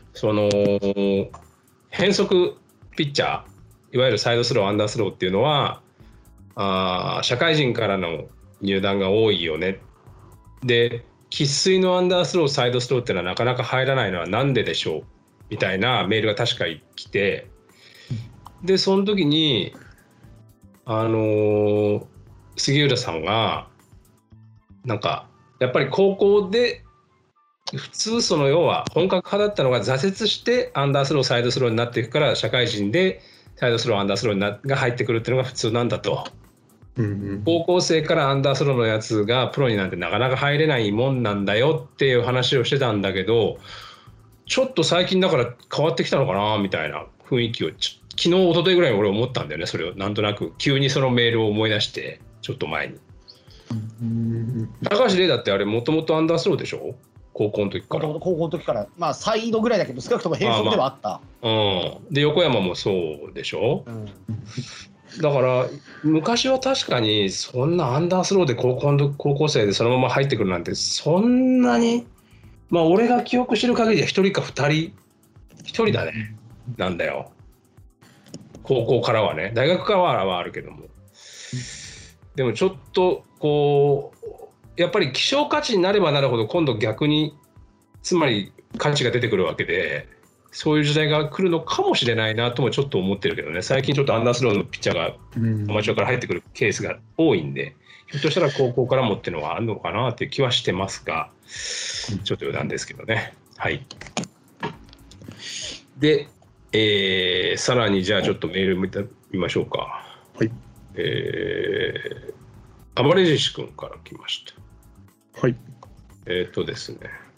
変則ピッチャーいわゆるサイドスローアンダースローっていうのは社会人からの入団が多いよね。で生粋のアンダースローサイドスローっていうのはなかなか入らないのはなんででしょうみたいなメールが確か来て、でその時に杉浦さんがなんかやっぱり高校で普通その要は本格派だったのが挫折してアンダースローサイドスローになっていくから社会人でサイドスローアンダースローが入ってくるっていうのが普通なんだと、高校生からアンダースローのやつがプロになんてなかなか入れないもんなんだよっていう話をしてたんだけど、ちょっと最近だから変わってきたのかなみたいな雰囲気を昨日一昨日ぐらいに俺思ったんだよね。それをなんとなく急にそのメールを思い出してちょっと前に。高橋玲だってあれもともとアンダースローでしょ、高校の時から。 高校の時からまあサイドぐらいだけど少なくとも変則ではあった。 で横山もそうでしょ、だから昔は確かにそんなアンダースローで高校生でそのまま入ってくるなんてそんなに、まあ俺が記憶してる限りは1人か2人1人だねなんだよ、高校からはね。大学からはあるけども、でもちょっとこうやっぱり希少価値になればなるほど今度逆につまり価値が出てくるわけで、そういう時代が来るのかもしれないなともちょっと思ってるけどね。最近ちょっとアンダースローのピッチャーがアマチュアから入ってくるケースが多いんで、ひょっとしたら高校からもっていうのはあるのかなっていう気はしてますが、ちょっと余談ですけどね。はい。で、さらにじゃあちょっとメール見てみましょうか。 はい。 アマレジシ君から来ました。 はい。 ですね。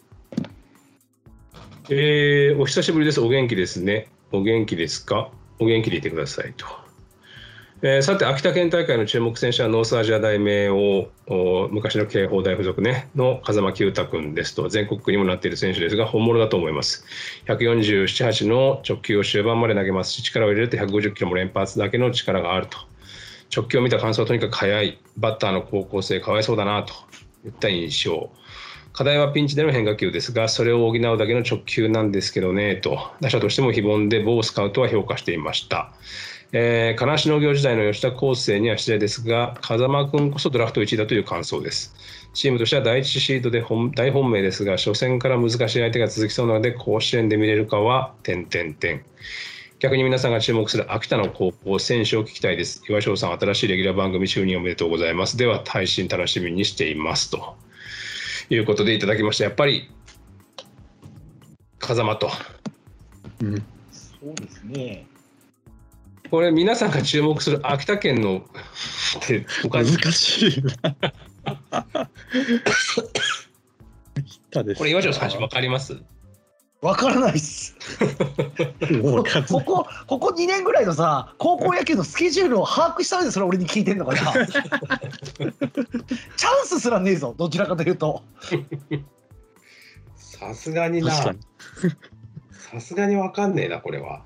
お久しぶりです。お元気ですね。お元気ですか？お元気でいてくださいと。さて秋田県大会の注目選手はノースアジア大名を昔の慶応大附属ねの風間球太君ですと、全国区にもなっている選手ですが本物だと思います。147、8の直球を終盤まで投げますし、力を入れると150キロも連発だけの力があると。直球を見た感想はとにかく速い、バッターの高校生かわいそうだなといった印象。課題はピンチでの変化球ですが、それを補うだけの直球なんですけどねと、打者としても非凡で某スカウトは評価していました。金足農業時代の吉田康生には失礼ですが、風間君こそドラフト1位だという感想です。チームとしては第1シードで大本命ですが、初戦から難しい相手が続きそうなので甲子園で見れるかは…逆に皆さんが注目する秋田の高校選手を聞きたいです。岩翔さん、新しいレギュラー番組就任おめでとうございます。では配信楽しみにしていますということでいただきました。やっぱり風間と、 そうですね。 これ皆さんが注目する秋田県のって難しいなこれ岩城さん分かります？ 分からないっすここ2年ぐらいのさ高校野球のスケジュールを把握した上でそれ俺に聞いてんのかなチャンスすらねえぞ、どちらかというとさすがにな、さすがに分かんねえなこれは。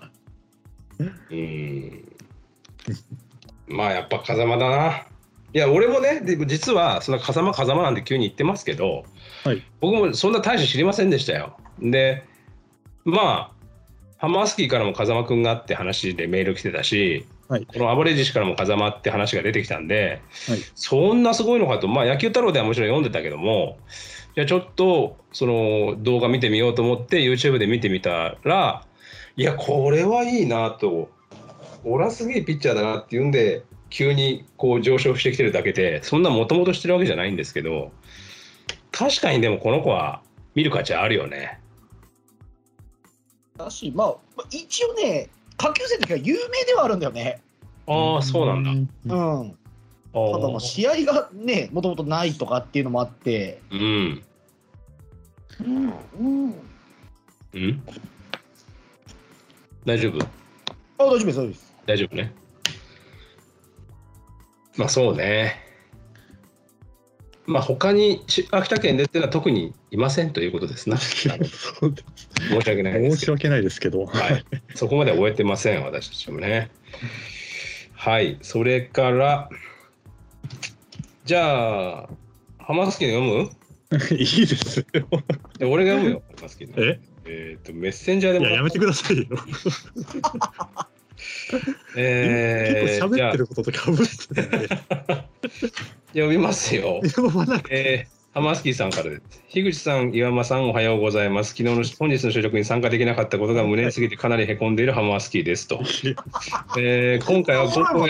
まあやっぱ風間だな。いや俺もね、で実はその風間なんて急に言ってますけど、はい、僕もそんな大して知りませんでしたよ。でまあハマースキーからも風間くんがって話でメール来てたし、はい、このアボレージ氏からも風間って話が出てきたんで、はい、そんなすごいのかと、まあ野球太郎ではもちろん読んでたけども、じゃあちょっとその動画見てみようと思って YouTube で見てみたら、いやこれはいいなと、俺はすげえピッチャーだなっていうんで急にこう上昇してきてるだけで、そんなもともとしてるわけじゃないんですけど、確かにでもこの子は見る価値あるよね。 だし、まあ一応ね下級生の時は有名ではあるんだよね。 ああそうなんだ。 ただまあ試合がねもともとないとかっていうのもあって、 大丈夫？ 大丈夫です。 大丈夫ね。まあそうね。まあ他に秋田県でっていうのは特にいませんということですな。申し訳ないですけど。 申し訳ないですけど。 はい。そこまで終えてません私たちもね。はい。それからじゃあハマスキー読む？ いいですよ。 俺が読むよハマスキーの。メッセンジャーでも。 いややめてくださいよ。 結構喋ってることとかぶってるんで読みますよ。ハマスキーさんからです。樋口さん、岩間さん、おはようございます。本日の収録に参加できなかったことが胸にすぎてかなりへこんでいるハマスキーですと。今回は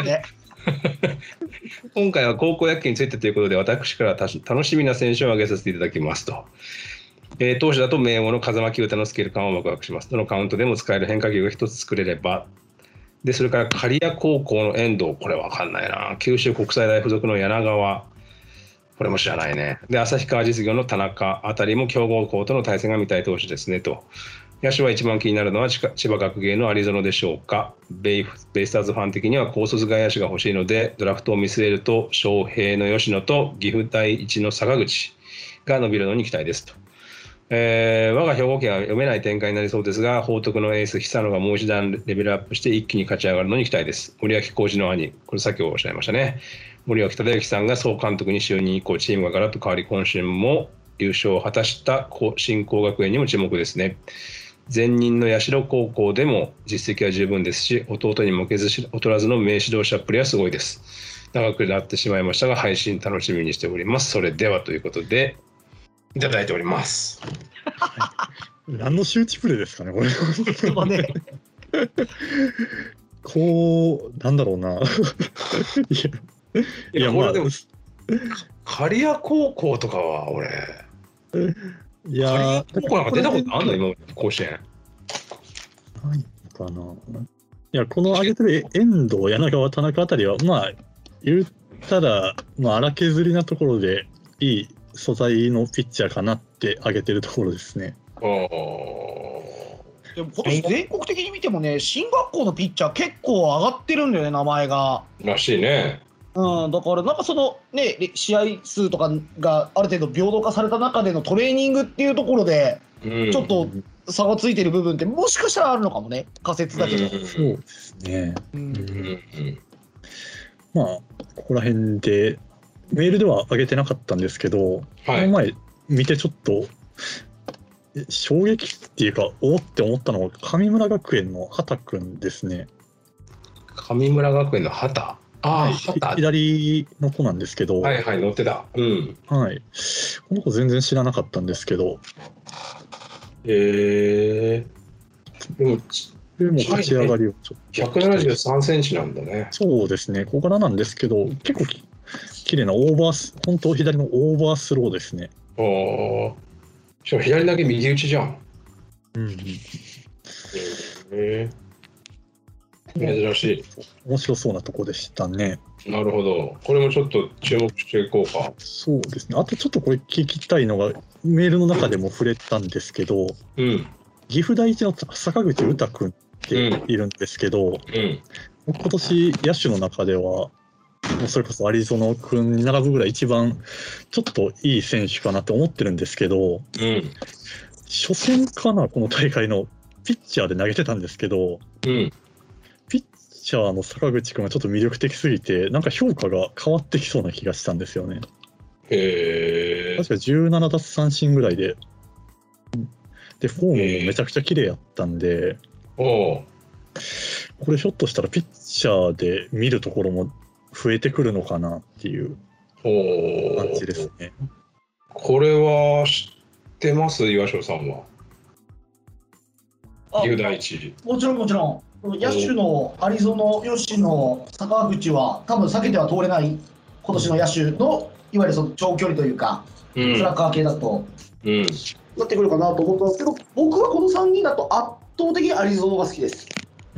高校野球についてということで、私から楽しみな選手を挙げさせていただきますと。投手だと名門の風間球打のスケール感をワクワクします。どのカウントでも使える変化球が一つ作れれば。で、それから刈谷高校の遠藤、これわかんないな。九州国際大付属の柳川。これも知らないね。で、旭川実業の田中あたりも強豪校との対戦が見たい投手ですねと。野手は一番気になるのは千葉学芸の有園でしょうか。ベイスターズファン的には高卒外野手が欲しいので、ドラフトを見据えると昌平の吉野と岐阜第一の坂口が伸びるのに期待ですと。我が兵庫県は読めない展開になりそうですが、報徳のエース久野がもう一段レベルアップして一気に勝ち上がるのに期待です。森脇浩二の兄、これさっきおっしゃいましたね。森脇忠之さんが総監督に就任以降、チームがガラッと変わり、今週も優勝を果たした新興学園にも注目ですね。前任の社高校でも実績は十分ですし、弟に負けず劣らずの名指導者っぷりはすごいです。長くなってしまいましたが、配信楽しみにしております。それではということでいただいております。 何の周知プレイですかね、これ。 でもねこうなんだろうな。 いや、これでも刈谷高校とかは俺、 いや刈谷高校なんか出たことあんの今甲子園。 ないかな。いや、この挙げてる遠藤、柳川、田中あたりはまあ言ったら荒削りなところでいい素材のピッチャーかなって挙げてるところですね。 でも今年全国的に見てもね、進学校のピッチャー結構上がってるんだよね、名前が。 らしいね。 だからなんかそのね、試合数とかがある程度平等化された中でのトレーニングっていうところで、ちょっと差がついてる部分ってもしかしたらあるのかもね、仮説だけど。 そうですね。まあここら辺でメールでは上げてなかったんですけど、この前見てちょっと衝撃っていうかおって思ったのは神村学園の畑くんですね。 神村学園の畑、 左の子なんですけど、 はいはい、乗ってた。 はい、この子全然知らなかったんですけど、 でも勝ち上がりをちょっと 173センチなんだね。 そうですね、小柄なんですけど結構綺麗なオーバー本当左のオーバースローですね。 しかも左だけ右打ちじゃん。珍しい。 面白そうなとこでしたね。 なるほど。これもちょっと注目していこうか。 そうですね。あとちょっとこれ聞きたいのがメールの中でも触れたんですけど、岐阜第一の坂口詩君っているんですけど、今年野手の中ではもうそれこそ有園君に並ぶぐらい一番ちょっといい選手かなと思ってるんですけど、初戦かな、この大会のピッチャーで投げてたんですけど、ピッチャーの坂口君がちょっと魅力的すぎてなんか評価が変わってきそうな気がしたんですよね。確か17奪三振ぐらいでフォームもめちゃくちゃ綺麗やったんで、これひょっとしたらピッチャーで見るところも増えてくるのかなっていう感じですね。 これは知ってます？岩城さんは。岐阜第一。 もちろんもちろん。野手の有園、吉野、坂口は多分避けては通れない今年の野手のいわゆるその長距離というか、スラッガー系だと、なってくるかなと思ったんですけど、僕はこの3人だと圧倒的に有園が好きです。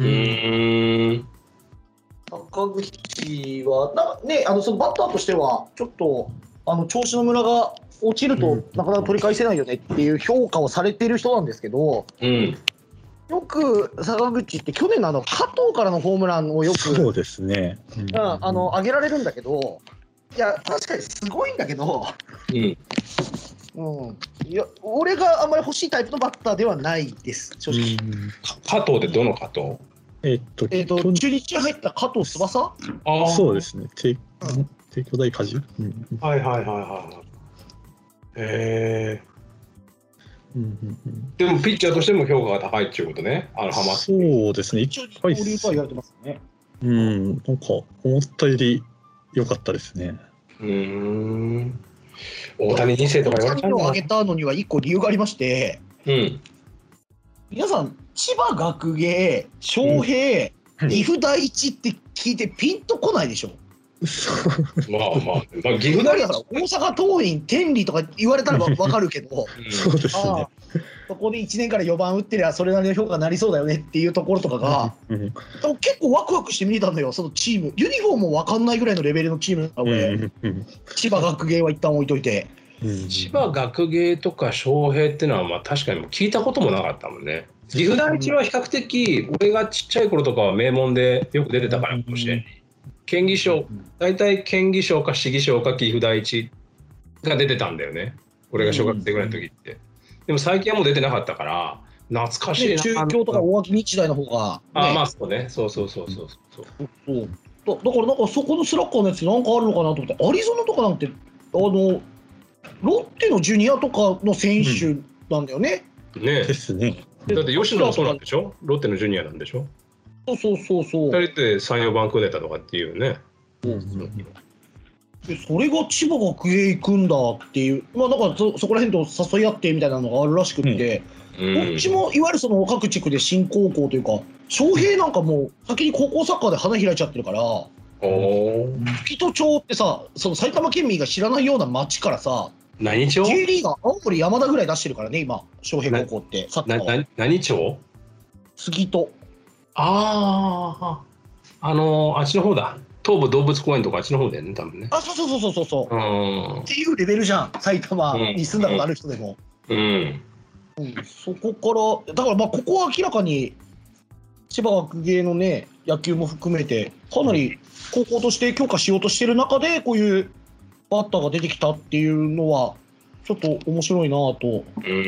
坂口はそのバッターとしてはちょっと調子のムラが落ちるとなかなか取り返せないよねっていう評価をされている人なんですけど、よく坂口って去年の加藤からのホームランをよくそうですね、 上げられるんだけど、いや確かにすごいんだけど、いや俺があんまり欲しいタイプのバッターではないです正直。 加藤ってどの加藤？ 中日に入った加藤翼？ そうですね。帝京大果樹。 でもピッチャーとしても評価が高いっていうことね。ハマそうですね。一回交流とは言われてますね。 なんか思ったより良かったですね。 大谷2世とか言われたんだ。 を挙げたのには1個理由がありまして、皆さん千葉学芸、昌平、岐阜第一って聞いてピンとこないでしょ。 まあ岐阜第一だから大阪桐蔭天理とか言われたら分かるけどそうですね。 そこで1年から4番打ってりゃそれなりの評価になりそうだよねっていうところとかが結構ワクワクして見れたんだよ。そのチームユニフォームも分かんないぐらいのレベルのチームなので、千葉学芸は一旦置いといて、 千葉学芸とか昌平っていうのはまあ確かに聞いたこともなかったもんね。岐阜第一は比較的俺がちっちゃい頃とかは名門でよく出てたからかもしれない。県議賞、大体県議賞か市議賞か岐阜第一が出てたんだよね。俺が小学生ぐらいの時って。でも最近はもう出てなかったから懐かしいな。 中京とか大垣日大の方が、 まあそうね。そう。だからなんかそこのスラッガーのやつなんかあるのかなと思って、アリゾナとかなんてロッテのジュニアとかの選手なんだよね。 ねですね。 だって吉野もそうなんでしょ。ロッテのジュニアなんでしょ。 そう。 2人で3、4番組んでたとかっていうね。 でそれが千葉学芸行くんだっていう、まあだからそこら辺と誘い合ってみたいなのがあるらしくって、こっちもいわゆるその各地区で新高校というか、昌平なんかもう先に高校サッカーで花開いちゃってるから、月戸町ってさ、その埼玉県民が知らないような町からさ、 何町 J リーガー青森山田ぐらい出してるからね今昌平高校ってサッカーは。 何町？ 杉戸。 あっちの方だ。東武動物公園とかあっちの方だよね多分ね。 そうっていうレベルじゃん、埼玉に住んだことある人でも。そこからだからまあここは明らかに千葉学芸のね野球も含めてかなり高校として強化しようとしてる中でこういうバッターが出てきたっていうのはちょっと面白いなと。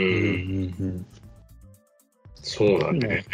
そうだね。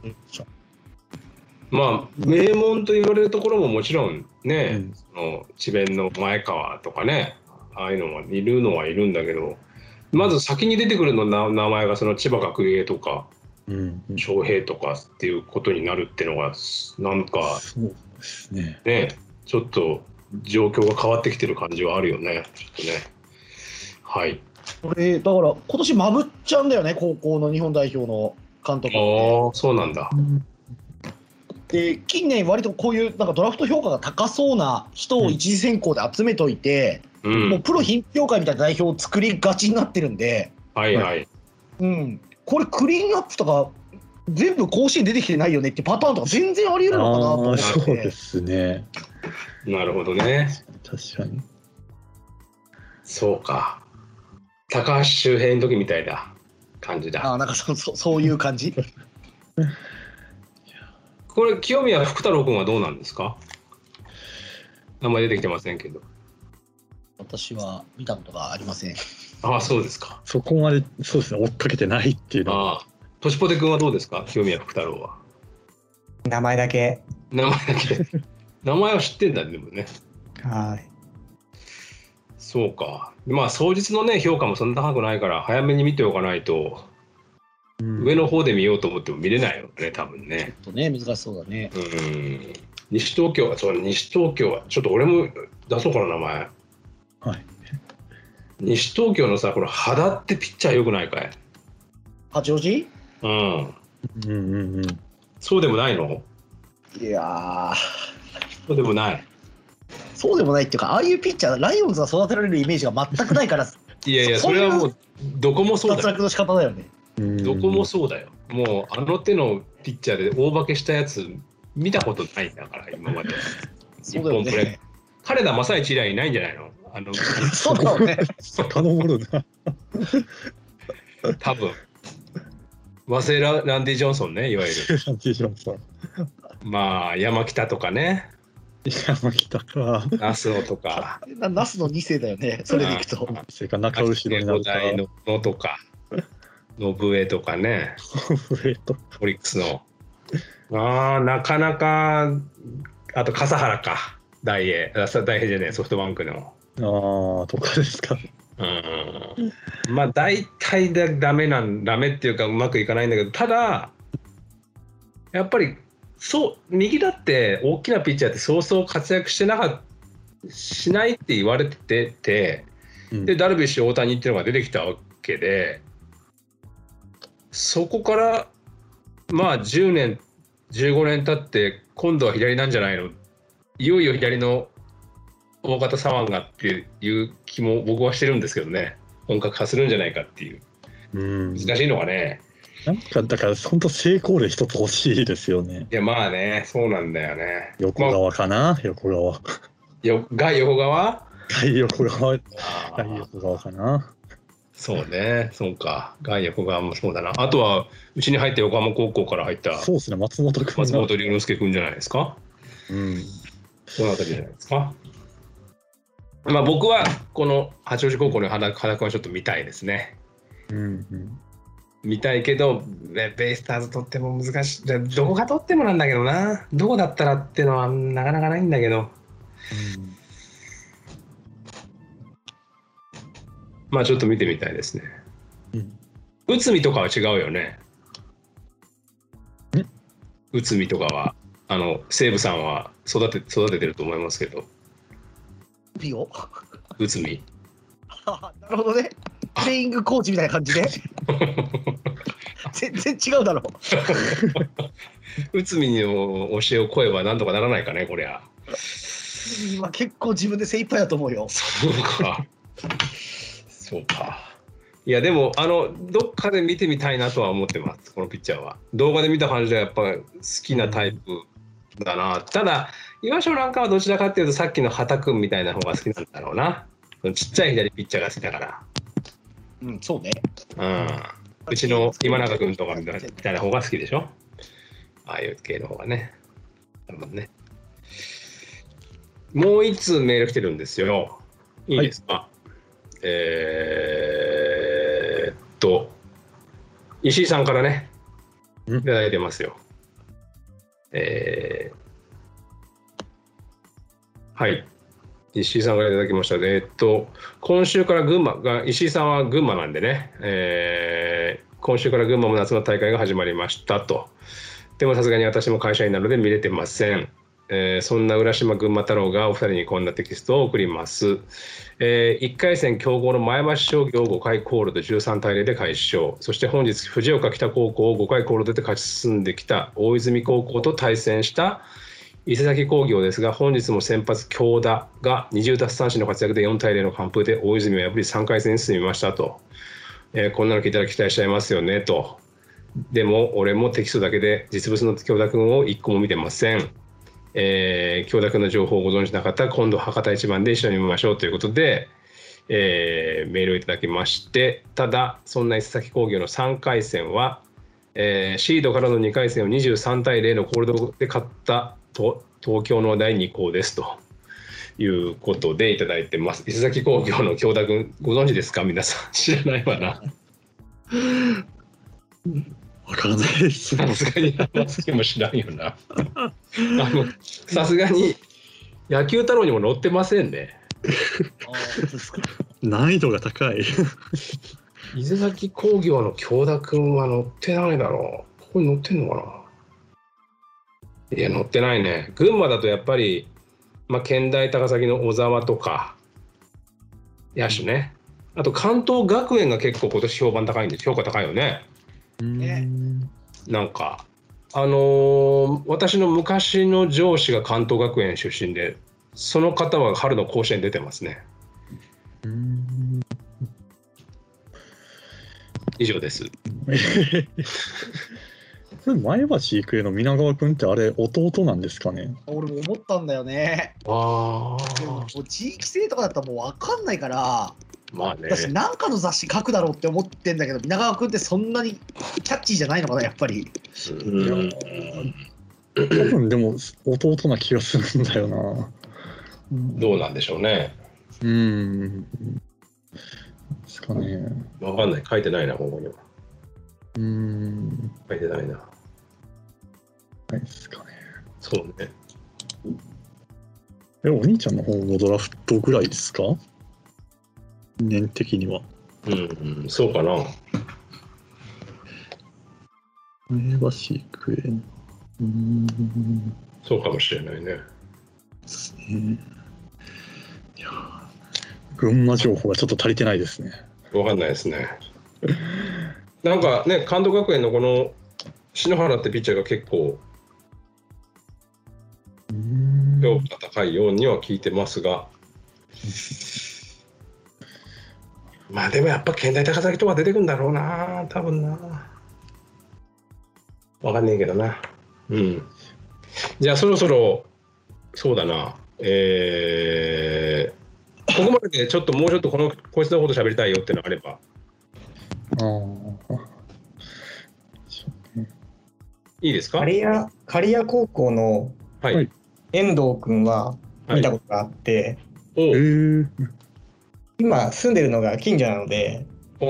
まあ名門と言われるところももちろんね、その智弁の前川とかね、ああいうのはいるのはいるんだけど、まず先に出てくるの名前がその千葉学芸とか昌平とかっていうことになるっていうのがなんかね、ちょっと状況が変わってきてる感じはあるよね。ちょっとね。はい。 これだから今年まぶっちゃうんだよね、高校の日本代表の監督。 そうなんだ。 で近年割とこういうなんかドラフト評価が高そうな人を一次選考で集めといて、もうプロ品評会みたいな代表を作りがちになってるんで、これクリーンアップとか全部甲子園出てきてないよねってパターンとか全然あり得るのかなと思って。 そうですね。 なるほどね。 確かに。 そうか。高橋周平の時みたいな感じだ。 なんかそういう感じ。 これ清宮福太郎君はどうなんですか？名前出てきてませんけど。 私は見たことがありません。 そうですか。 そこまでそうですね、追っかけてないっていうのは。 としぽて君はどうですか？清宮福太郎は。 名前だけ。 名前は知ってんだね、でもね。 はい。 そうか。まあ当日のね評価もそんな高くないから早めに見ておかないと、上の方で見ようと思っても見れないよね多分ね。 ちょっとね難しそうだね。 西東京はちょっと俺も出そうかな名前。 はい。 西東京のさこれ肌ってピッチャーよくないかい？ 八王子？ そうでもないの？ いやそうでもない。 そうでもないっていうか、ああいうピッチャーライオンズが育てられるイメージが全くないから。 いやそれはもうどこもそうだよ。 脱落の仕方だよね。 どこもそうだよ。もうあの手のピッチャーで大化けしたやつ見たことないんだから今まで。 そうだよね。 金田正一以来いないんじゃないの？ そうだよね。 頼むるな。 多分。ワセラ・ランディ・ジョンソンね、いわゆる。 ランディ・ジョンソン。 まあ山北とかね。 山北か。 那須野とか。 那須の2世だよね。それでいくと。 それか中後ろになるか。 のとか。信江とかね。オリックスの。なかなか。あと笠原か。大英じゃねえソフトバンクの。 とかですか。 まあ大対でダメっていうかうまくいかないんだけど、ただやっぱり右だって大きなピッチャーってそうそう活躍しないって言われてて、でダルビッシュ大谷っていうのが出てきたわけで、そこからまあ10年15年経って今度は左なんじゃないの、いよいよ左の大型左腕がっていう気も僕はしてるんですけどね。本格化するんじゃないかっていう。難しいのがね。 なんかだから本当成功例一つ欲しいですよね。 いやまあね、そうなんだよね。 横側かな、横側。 外横側？ 外横側かな。 そうね、そうか。外横側もそうだな。あとはうちに入った横浜高校から入った。 そうですね、松本龍之介君じゃないですか。そのあたりじゃないですか。まあ僕はこの八王子高校の原君はちょっと見たいですね。見たいけど、ベイスターズ取っても難しい。じゃどこが取ってもなんだけどな。どこだったらっていうのはなかなかないんだけど。まあちょっと見てみたいですね。内海とかは違うよね。内海とかは西武さんは育ててると思いますけど。 いいよ。 内海。 なるほどね。プレイングコーチみたいな感じで。全然違うだろう。内海の教えを超えばなんとかならないかね、こりゃ。 今結構自分で精一杯だと思うよ。 そうか。いやでもどっかで見てみたいなとは思ってます、このピッチャーは。動画で見た感じではやっぱ好きなタイプだな。ただ岩城なんかはどちらかっていうとさっきの畑君みたいな方が好きなんだろうな。ちっちゃい左ピッチャーが好きだから。 そうね。 うちの今永君とかみたいな方が好きでしょ。ああいう系の方がね。もう一通メール来てるんですよ。いいですか。石井さんからね、いただいてますよ。はい。石井さんからいただきました。今週から群馬が、石井さんは群馬なんでね、今週から群馬も夏の大会が始まりましたと。でもさすがに私も会社員なので見れてません。そんな浦島群馬太郎がお二人にこんなテキストを送ります。1回戦強豪の前橋商業を5回コールド13対0で快勝。そして本日藤岡北高校を5回コールドで勝ち進んできた大泉高校と対戦した伊勢崎工業ですが、本日も先発京田が20奪三振の活躍で4対0の完封で大泉を破り3回戦に進みましたと。こんなの聞いたら期待しちゃいますよねと。でも俺もテキストだけで実物の京田君を1個も見てません。京田君の情報をご存知なかったら今度博多一番で一緒に見ましょうということで、メールをいただきまして、ただそんな伊勢崎工業の3回戦は、シードからの2回戦を23対0のコールドで勝ったと東京の第2校ですということでいただいてます。伊勢崎工業の京田君ご存知ですか？皆さん知らないわな。 わからないです。 さすがに松木も知らんよな。さすがに野球太郎にも載ってませんね。 難易度が高い。 伊勢崎工業の京田君は載ってないだろう。ここに載ってんのかな。いや載ってないね。群馬だとやっぱり、県大高崎の小沢とか野手ね。あと関東学園が結構今年評判高いんで評価高いよね。なんか私の昔の上司が関東学園出身で、その方は春の甲子園出てますね。以上です。 前橋育英の皆川君ってあれ弟なんですかね。 俺も思ったんだよね。でも地域性とかだったらもう分かんないから、私何かの雑誌書くだろうって思ってんだけど、皆川君ってそんなにキャッチーじゃないのかなやっぱり。 多分でも弟な気がするんだよな。 どうなんでしょうね。 ですかね。 分かんない。書いてないなここには。書いてないな。 ないですかね。 そうね。 お兄ちゃんの方もドラフトぐらいですか？年的には。 そうかな。 名馬飼育園。 そうかもしれないね。 ですね。いや、群馬情報がちょっと足りてないですね。 わかんないですね。なんかね、関東学園のこの篠原ってピッチャーが結構評価高いようには聞いてますが、まあでもやっぱ県大高崎とか出てくんだろうな、多分な。わかんねえけどな。じゃあそろそろそうだな。ここまででちょっともうちょっとこいつのこと喋りたいよっていうのがあれば。いいですか？ 刈谷高校の遠藤君は見たことがあって、今住んでるのが近所なので、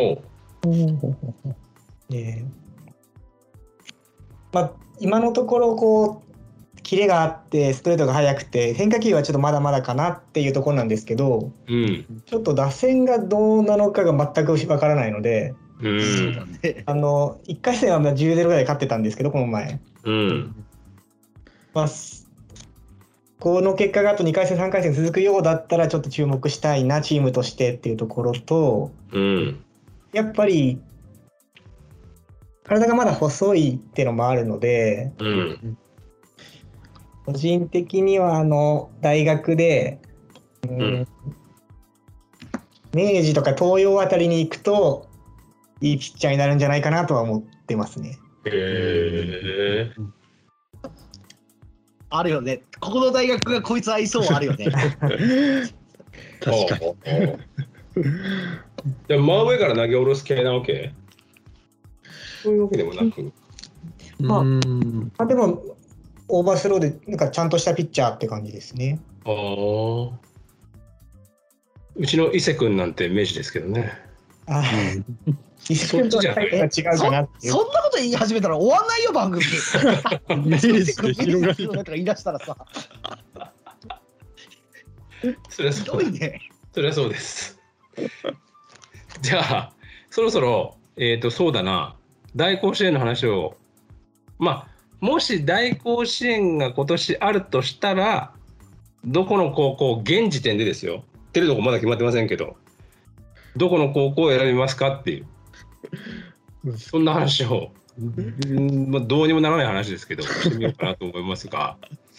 まあ、今のところこうキレがあってストレートが速くて変化球はちょっとまだまだかなっていうところなんですけど、ちょっと打線がどうなのかが全くわからないので、1回戦は10-0ぐらい勝ってたんですけどこの前、まあ、この結果があと2回戦3回戦続くようだったらちょっと注目したいなチームとしてっていうところと、やっぱり体がまだ細いっていうのもあるので、個人的には大学で、明治とか東洋あたりに行くといいピッチャーになるんじゃないかなとは思ってますね。 あるよね。ここの大学がこいつ合いそうあるよね。 確かに。 じゃあ真上から投げ下ろす系なわけ？そういうわけでもなく。 まあでもオーバースローでなんかちゃんとしたピッチャーって感じですね。 うちの伊勢君なんて明治ですけどね。 伊勢君とは違うかなっていう。 そんなこと言い始めたら終わんないよ番組。 明治で広がりとか言い出したらさ。 それはひどいね。 それはそうです。じゃあそろそろそうだな、大甲子園の話を、まあもし大甲子園が今年あるとしたらどこの高校、現時点でですよ、出るとこまだ決まってませんけど、どこの高校を選びますかっていう、そんな話を、どうにもならない話ですけどしてみようかなと思いますが、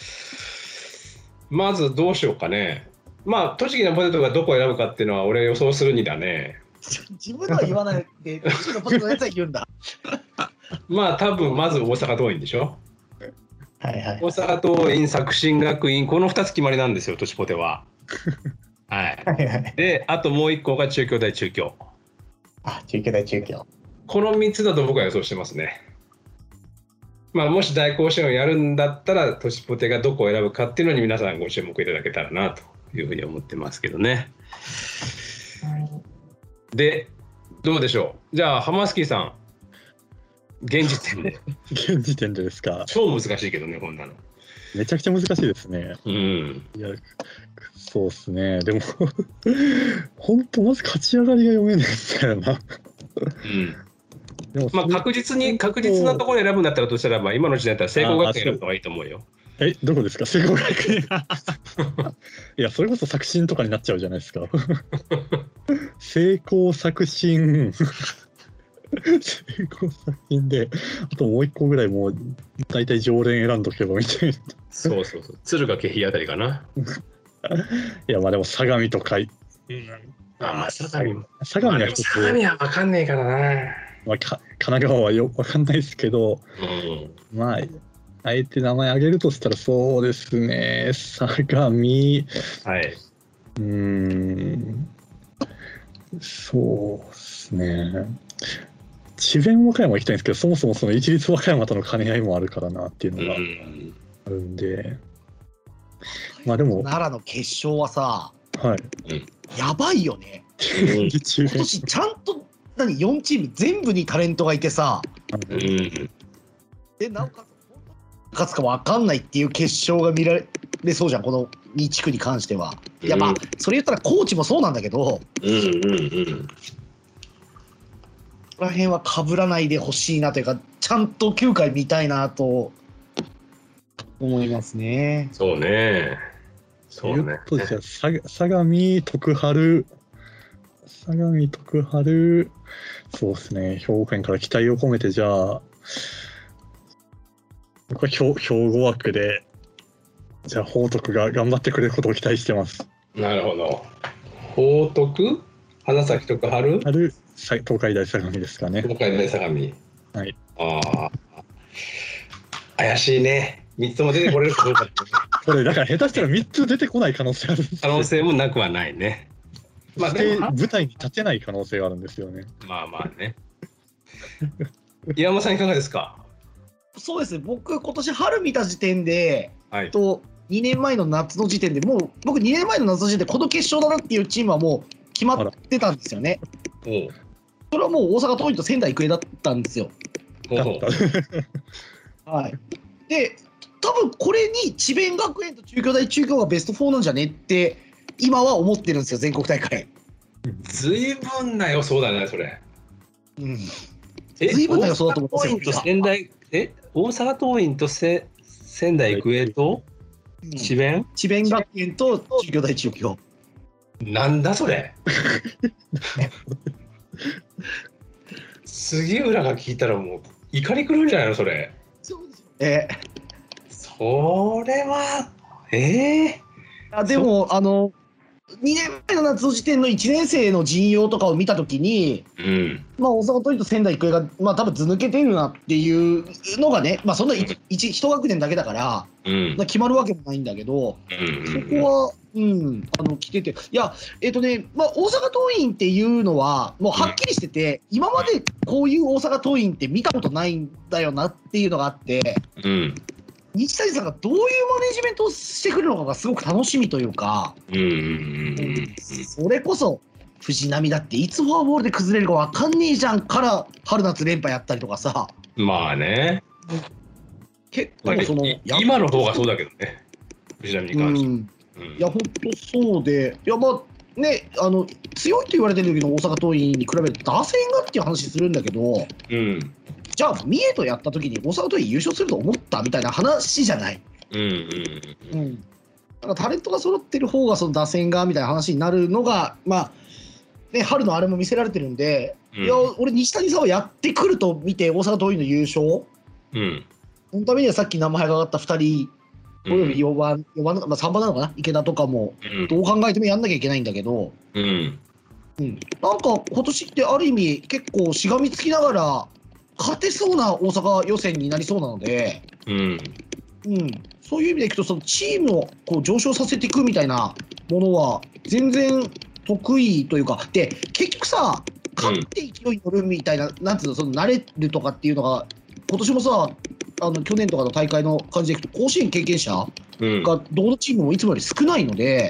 まずどうしようかね。まあ栃木のポテトがどこを選ぶかっていうのは俺予想するにだね。 自分では言わないで栃木のポテトのやつは言うんだ。 まあ多分まず大阪桐蔭でしょ。 はいはい、 大阪桐蔭、作新学院、この2つ決まりなんですよ、栃ポテは。はい。で、あともう1個が中京大中京。 中京大中京。 この3つだと僕は予想してますね。まあもし大甲子園をやるんだったら栃ポテがどこを選ぶかっていうのに皆さんご注目いただけたらなというふうに思ってますけどね。で、どうでしょう。じゃあハマスキーさん。現時点で現時点でですか。 超難しいけどね、こんなのめちゃくちゃ難しいですね。いや、そうですね。でも本当まず勝ち上がりが読めないんだよな。 でもまあ確実なところを選ぶんだったらとしたら、まあ今の時代だったら聖光学院選ぶのがいいと思うよ。 どこですか、聖光学院。いや、それこそ作新とかになっちゃうじゃないですか。聖光作新成功作品で、あともう一個ぐらいもう大体常連選んどけばみたいな。 そう敦賀気比あたりかな。 いやまあでも相模とか、 まあ相模は一つ、 相模は分かんねえからな。 まあ、神奈川は分かんないですけど、まああえて名前挙げるとしたらそうですね、相模、そうですね、智弁和歌山行きたいんですけど、そもそもその市立和歌山との兼ね合いもあるからなっていうのがあるんで、まあでも奈良の決勝はさ、やばいよね。今年ちゃんと4チーム全部にタレントがいてさ、でなおかつ勝つか分かんないっていう決勝が見られそうじゃん、この2地区に関しては。いやまあそれ言ったら高知もそうなんだけど、 こら辺は被らないでほしいなというか、ちゃんと9回見たいなと思いますね。 そうね。そうね。 相模徳春、そうですね。兵庫県から期待を込めて、じゃあ、僕は兵庫枠で、じゃあ報徳が頑張ってくれることを期待してます。 なるほど。報徳、花咲徳春、 東海大相模ですかね。 東海大相模。 はい。 ああ、怪しいね。3つも出てこれるかどうかって。 これだから下手したら3つ出てこない可能性あるんですよ。 可能性もなくはないね。 まあでも舞台に立てない可能性があるんですよね。 まあまあね。岩間さんいかがですか？ そうですね。僕今年春見た時点で、 はい、 2年前の夏の時点でもう僕2年前の夏の時点でこの決勝だなっていうチームはもう決まってたんですよね。それはもう大阪桐蔭と仙台育英だったんですよ。はい。で、多分これに智弁学園と中京大中京がベスト4なんじゃねって今は思ってるんですよ、全国大会。 ずいぶんな予想だね、それ。 ずいぶんな予想だと思うんですよ。 大阪桐蔭と仙台育英と智弁学園と中京大中京。 なんだそれ。杉浦が聞いたらもう怒り狂うんじゃないのそれ。 そうですよ。 それはでも2年前の夏の時点の1年生の陣容とかを見たときに、まあ大阪桐蔭と仙台育英がまあ多分図抜けてるなっていうのがね、まあそんな1学年だけだから、決まるわけもないんだけど、そこは来てて、いやまあ大阪桐蔭っていうのはもうはっきりしてて、今までこういう大阪桐蔭って見たことないんだよなっていうのがあって。西谷さんがどういうマネジメントをしてくるのかがすごく楽しみというか、それこそ藤波だっていつフォアボールで崩れるか分かんねえじゃんから春夏連覇やったりとかさ。 まあね、 結構その今の方がそうだけどね、藤波に関しては。 いや本当そうで、いやまあね、強いと言われてる時の大阪桐蔭に比べると打線がっていう話するんだけど、じゃあ三重とやった時に大阪桐蔭優勝すると思ったみたいな話じゃない。だからタレントが揃ってる方がその打線がみたいな話になるのが、まあね、春のあれも見せられてるんで、いや俺西谷さんはやってくると見て大阪桐蔭の優勝、そのためにはさっき名前が挙がった2人および4番、まあ、3番なのかな、池田とかもどう考えてもやんなきゃいけないんだけど、なんか今年ってある意味結構しがみつきながら勝てそうな大阪予選になりそうなので、そういう意味でいくとそのチームをこう上昇させていくみたいなものは全然得意というか、で結局さ、勝って勢いに乗るみたいな、なんつうの、その慣れるとかっていうのが今年もさ、去年とかの大会の感じでいくと甲子園経験者がどのチームもいつもより少ないので、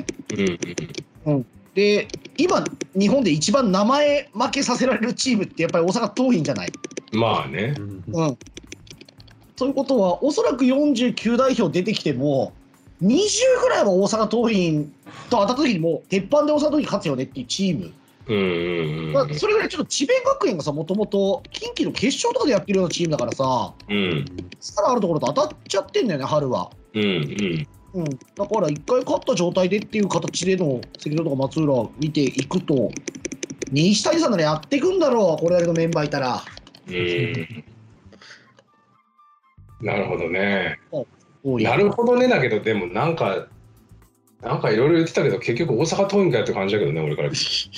で今日本で一番名前負けさせられるチームってやっぱり大阪桐蔭じゃない。 まあね。 そういうことはおそらく49代表出てきても20ぐらいは大阪桐蔭と当たった時にもう鉄板で大阪桐蔭勝つよねっていうチーム。それぐらいちょっと智弁学園がさ、もともと近畿の決勝とかでやってるようなチームだからさ、力あるところと当たっちゃってんだよね、春は。だから一回勝った状態でっていう形での関戸とか松浦を見ていくと、西谷さんならやっていくんだろう、これだけのメンバーいたら。 なるほどね。なるほどねだけど、でもなんかいろいろ言ってたけど、結局大阪桐蔭かよって感じだけどね、俺から。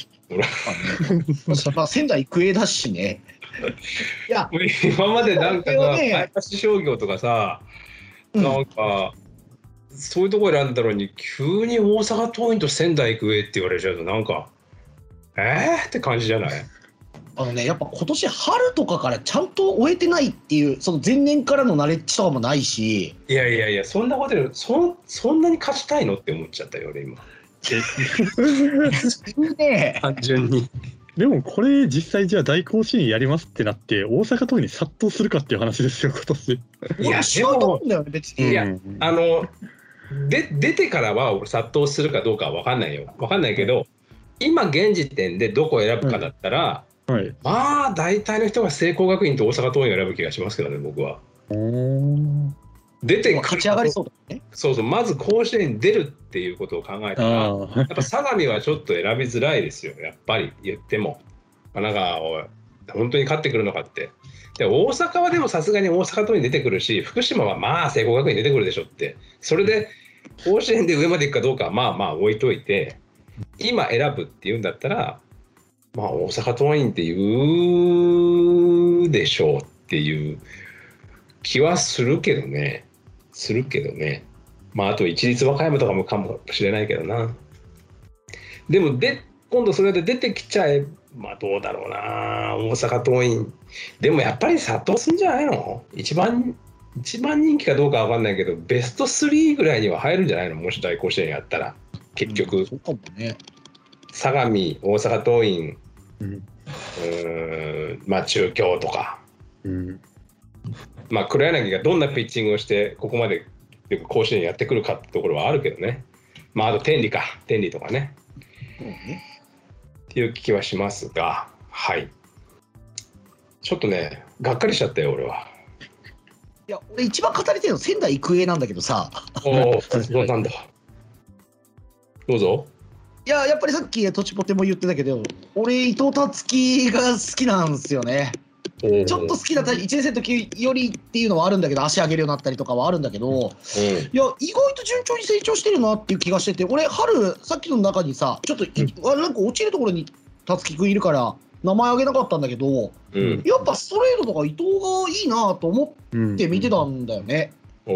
仙台育英だしね。 いや今までなんかさ、前橋商業とかさ、なんかそういうとこ選んだのに急に大阪桐蔭と仙台育英って言われちゃうとなんかって感じじゃない？ やっぱ今年春とかからちゃんと終えてないっていう、その前年からのナレッジとかもないし。 いやそんなことよりそんなに勝ちたいのって思っちゃったよ俺今。単純に。 でもこれ実際じゃあ大甲子園やりますってなって大阪桐蔭に殺到するかっていう話ですよ今年。 いやでもいや出てからは俺殺到するかどうかは分かんないよ、分かんないけど、今現時点でどこを選ぶかだったら、 はい、 まあ大体の人が聖光学院と大阪桐蔭を選ぶ気がしますけどね、僕は。出て勝ち上がりそうだね。 そうそう、まず甲子園に出るっていうことを考えたら、やっぱ相模はちょっと選びづらいですよ、やっぱり言っても。神奈川を本当に勝ってくるのかって。で大阪はでもさすがに大阪桐蔭出てくるし、福島はまあ聖光学院出てくるでしょって。それで甲子園で上まで行くかどうかはまあまあ置いといて、今選ぶっていうんだったら、まあ大阪桐蔭って言うでしょうっていう気はするけどね。まああと市立和歌山とかもかもしれないけどな。でも今度それで出てきちゃえば、まあどうだろうな、大阪桐蔭。でもやっぱり殺到するんじゃないの？一番人気かどうかわかんないけど、ベスト3ぐらいには入るんじゃないの？もし大甲子園やったら結局、 そうかもね。 相模、大阪桐蔭、まあ中京とか、まあ黒柳がどんなピッチングをしてここまで甲子園やってくるかってところはあるけどね。まああと天理とかね、っていう気はしますが、はい。ちょっとね、がっかりしちゃったよ俺は。 いや、俺一番語りたいのは仙台育英なんだけどさ。 そうなんだ。どうぞ。 いや、やっぱりさっきとちぽても言ってたけど、俺伊藤達樹が好きなんですよね。ちょっと好きだったり1年生の時よりっていうのはあるんだけど、足上げるようになったりとかはあるんだけど、いや意外と順調に成長してるなっていう気がしてて、俺春さっきの中にさちょっとなんか落ちるところに達樹くんいるから名前挙げなかったんだけど、やっぱストレートとか伊藤がいいなと思って見てたんだよね。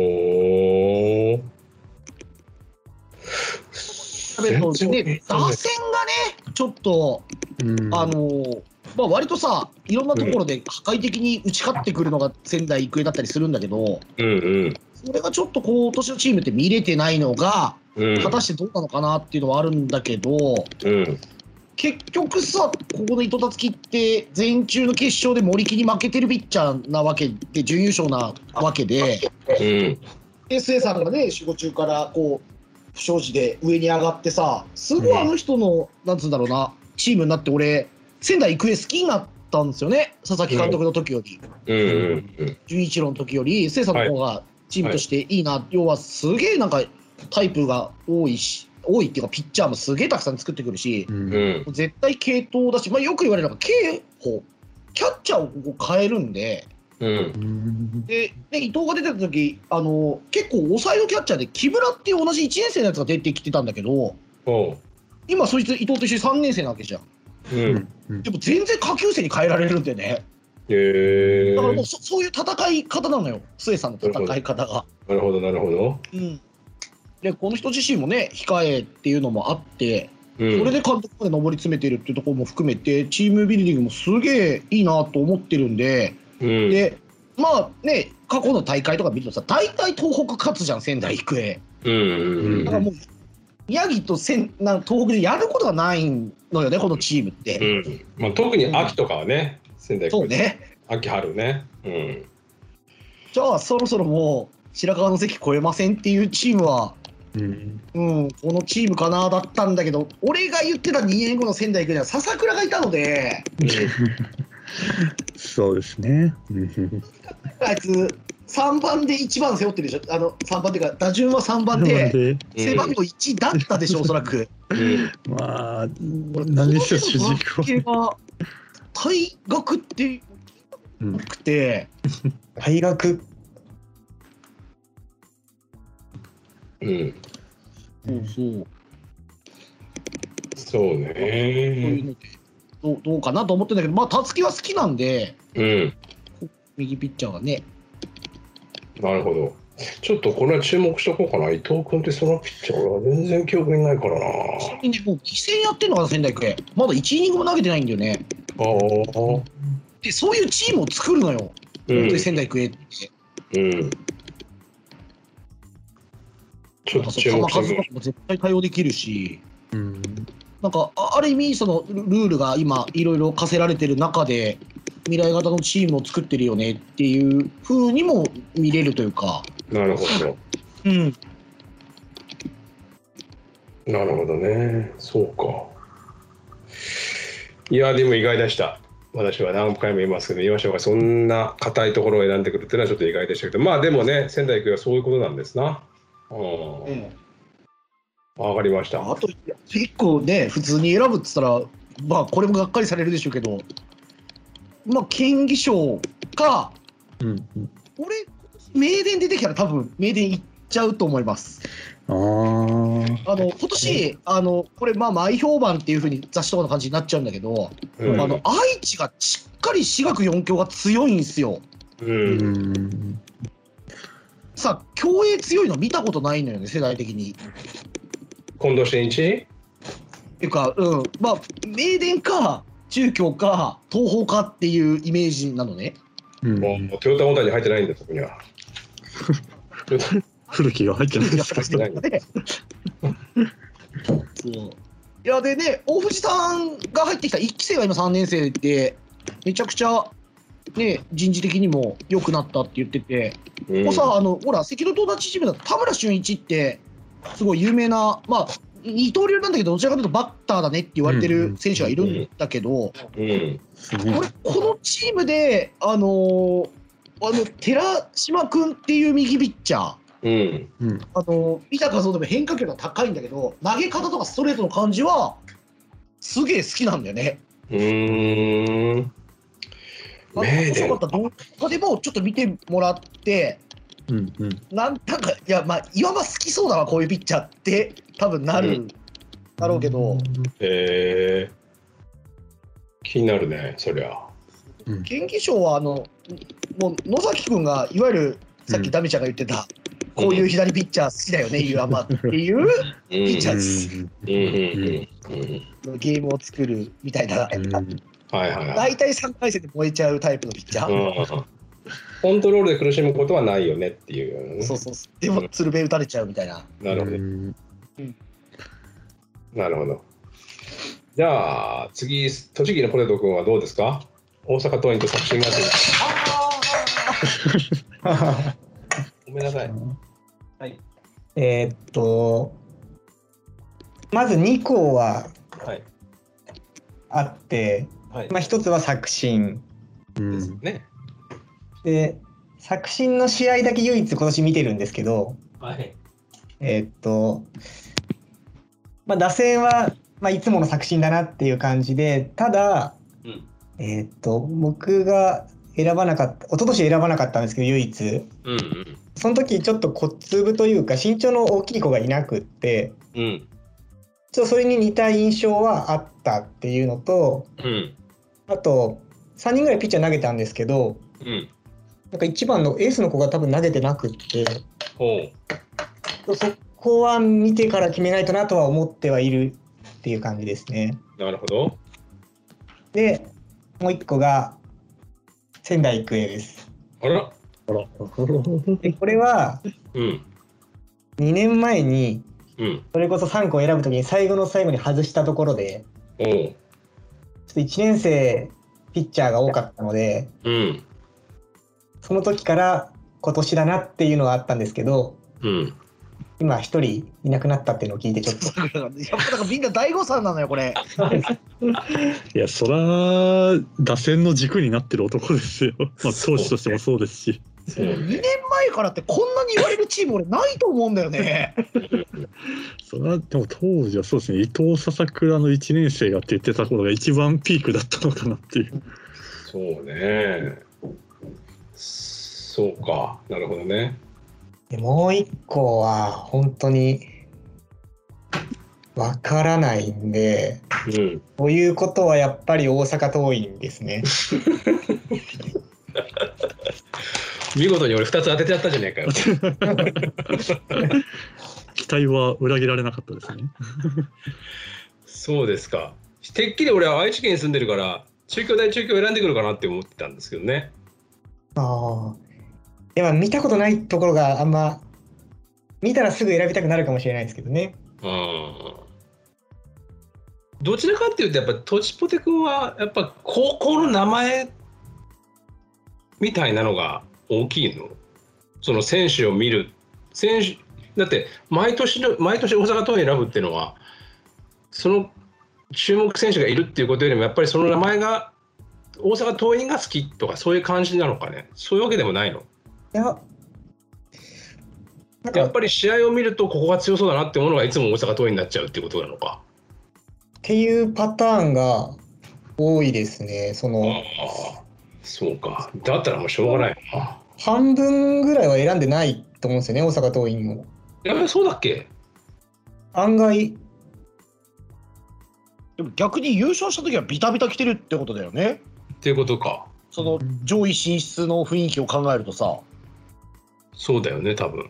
打線がねちょっとまあ割とさいろんなところで破壊的に打ち勝ってくるのが仙台育英だったりするんだけど、それがちょっと今年のチームって見れてないのが果たしてどうなのかなっていうのはあるんだけど、結局さここの伊藤達樹って前中の決勝で森木に負けてるピッチャーなわけで準優勝なわけで、末さんがね仕事中からこう不祥事で上に上がってさ、すごいあの人のなんつうんだろうなチームになって俺仙台育英好きになったんですよね、佐々木監督の時より、純一郎の時より末さんの方がチームとしていいな、要はすげえなんかタイプが多いっていうかピッチャーもすげえたくさん作ってくるし、絶対継投だし、まあ、よく言われるのが継捕キャッチャーをここ変えるんで、で伊藤が出てた時結構抑えのキャッチャーで木村っていう同じ1年生のやつが出てきてたんだけど、今そいつ伊藤と一緒に3年生なわけじゃん。でも全然下級生に変えられるんでね。だからもうそういう戦い方なのよ、末さんの戦い方が。 なるほど。 でこの人自身もね控えっていうのもあって、それで監督まで上り詰めてるっていうところも含めてチームビルディングもすげえいいなと思ってるんで、でまあね過去の大会とか見るとさ大体東北勝つじゃん仙台育英。だからもう宮城と東北でやることがないのよねこのチームって、 まあ、特に秋とかはね、仙台育英そうね、 秋春ね、 じゃあそろそろもう白河の関越えませんっていうチームはこのチームかなだったんだけど、俺が言ってた2年後の仙台育英には笹倉がいたのでそうですね。 あいつ3番で1番背負ってるでしょ。3番っていうか打順は3番で背番号1だったでしょおそらく。 まあ何しろ主人公が退学ってなくて、 退学そうね。 どうかなと思ってんだけど、まあたつきは好きなんで、右ピッチャーがね。 なるほど。ちょっとこれは注目しとこうかな。伊藤君ってそのピッチャーは全然記憶にないからな。 もう2戦やってんのかな仙台育英。まだ1イニングも投げてないんだよね。でそういうチームを作るのよ。本当に仙台育英って。 ちょっと注目してみも絶対対応できるし、なんかある意味そのルールが今いろいろ課せられてる中で未来型のチームを作ってるよねっていう風にも見れるというか。 なるほど。なるほどね。そうか。いやでも意外でした。 私は何回も言いますけど、言いましょうか、そんな硬いところを選んでくるっていうのはちょっと意外でしたけど、まあでもね、仙台育英はそういうことなんですな。わかりました。 あと結構ね、普通に選ぶって言ったら、まあこれもがっかりされるでしょうけど、まあ県議賞か、俺名電出てきたら多分名電行っちゃうと思います。今年これまあ前評判っていうふうに雑誌とかの感じになっちゃうんだけど、愛知がしっかり私学4強が強いんですよ。さあ競泳強いの見たことないのよね、世代的に。 近藤真一っていうか、まあ名電か中京か東邦かっていうイメージなのね。 もうトヨタモーターに入ってないんだ、そこには。 古きが入ってないですか。 いやでね、大藤さんが入ってきた1期生が今3年生で、めちゃくちゃ、ね、人事的にも良くなったって言ってて、ほら、赤道東大チームだと田村俊一って、すごい有名な、まあ、二刀流なんだけど、どちらかというとバッターだねって言われてる選手がいるんだけど、俺、このチームで、寺島君っていう右ピッチャー、見た画像でも変化球が高いんだけど、投げ方とかストレートの感じはすげえ好きなんだよね。面白かった動画でもちょっと見てもらって、なんかいや、まあいわば好きそうだわこういうピッチャーって多分なるだろうけど、 気になるね、そりゃ。 県議賞はもう野崎君がいわゆるさっきダメちゃんが言ってた、こういう左ピッチャー好きだよね、湯山っていうピッチャーです。ゲームを作るみたいな、大体3回戦で燃えちゃうタイプのピッチャー。 コントロールで苦しむことはないよねっていうようなね。 そうでも鶴瓶打たれちゃうみたいな。 なるほど。なるほど。じゃあ次、栃木のポテト君はどうですか？大阪桐蔭と作新があってごめんなさい。 はい。まず2校はあって、まあ1つは作新ですね。 で、作新の試合だけ唯一今年見てるんですけど、まあ打線はまあいつもの作新だなっていう感じで、ただ、僕が一昨年選ばなかったんですけど、唯一、その時ちょっと小粒というか身長の大きい子がいなくって、ちょっとそれに似た印象はあったっていうのと、あと3人ぐらいピッチャー投げたんですけど、なんか1番のエースの子が多分投げてなくって、そこは見てから決めないとなとは思ってはいるっていう感じですね。 なるほど。 でもう1個が仙台育英です。でこれは2年前にそれこそ3校選ぶときに最後の最後に外したところで、ちょっと1年生ピッチャーが多かったので、その時から今年だなっていうのがあったんですけど、今1人いなくなったっていうのを聞いてちょっとやっぱなんかみんな大誤算なのよこれ。 いや、そら打線の軸になってる男ですよ。まあ投手としてもそうですし。 2年前からってこんなに言われるチーム俺ないと思うんだよね。 それはでも当時はそうですね、伊藤笹倉の1年生がって言ってた頃が一番ピークだったのかなっていう。 そうね、そうか、なるほどね。 でもう一個は本当にわからないんで、ということはやっぱり大阪桐蔭ですね。 見事に俺2つ当てちゃったじゃねえかよ。 期待は裏切られなかったですね。 そうですか。てっきり俺は愛知県に住んでるから中京大中京選んでくるかなって思ってたんですけどね。 でも見たことないところがあんま見たらすぐ選びたくなるかもしれないですけどね。 どちらかっていうとやっぱとちぽて君はやっぱ高校の名前みたいなのが大きいの？その選手を見るだって毎年大阪桐蔭選ぶっていうのはその注目選手がいるっていうことよりもやっぱりその名前が大阪桐蔭が好きとかそういう感じなのかね。そういうわけでもないの？いや、 やっぱり試合を見るとここが強そうだなってものがいつも大阪桐蔭になっちゃうっていうことなのかっていうパターンが多いですね。 そうか。だったらもうしょうがないな。 半分ぐらいは選んでないと思うんですよね、大阪桐蔭も。 そうだっけ？ 案外。 でも逆に優勝した時はビタビタ来てるってことだよね。 っていうことか。 その上位進出の雰囲気を考えるとさ。 そうだよね、多分。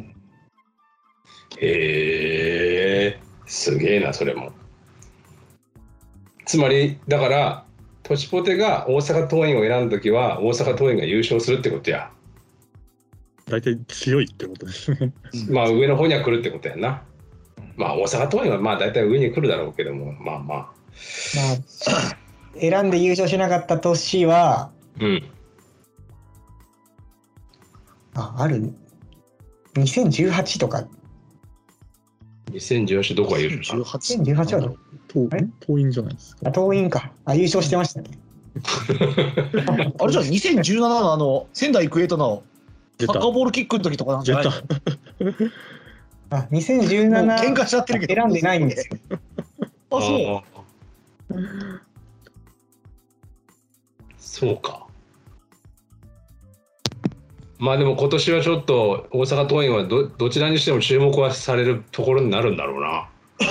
すげえな、それも。つまりだからトチポテが大阪桐蔭を選んだ時は大阪桐蔭が優勝するってことや。 大体強いってことですね。 まあ上の方には来るってことやな。まあ大阪桐蔭はまあ大体上に来るだろうけども、まあ選んで優勝しなかった年は、ある2018とか。 2018どこが優勝したの？2018は桐蔭じゃないですか。 桐蔭か。優勝してましたね。 あれじゃあ2017の仙台育英とのサッカーボールキックの時とかなんじゃないの ？2017 喧嘩しちゃってるけど選んでないんですよ。 そうか。まあでも今年はちょっと大阪桐蔭は どちらにしても注目はされるところになるんだろうな。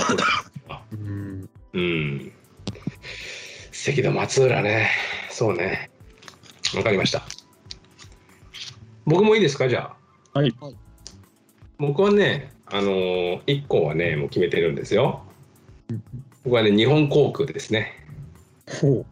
関田松浦ね。そうね。わかりました。僕もいいですか、じゃあ。はい。 僕はね、1個はねもう決めてるんですよ。僕はね日本航空ですね。 ほう。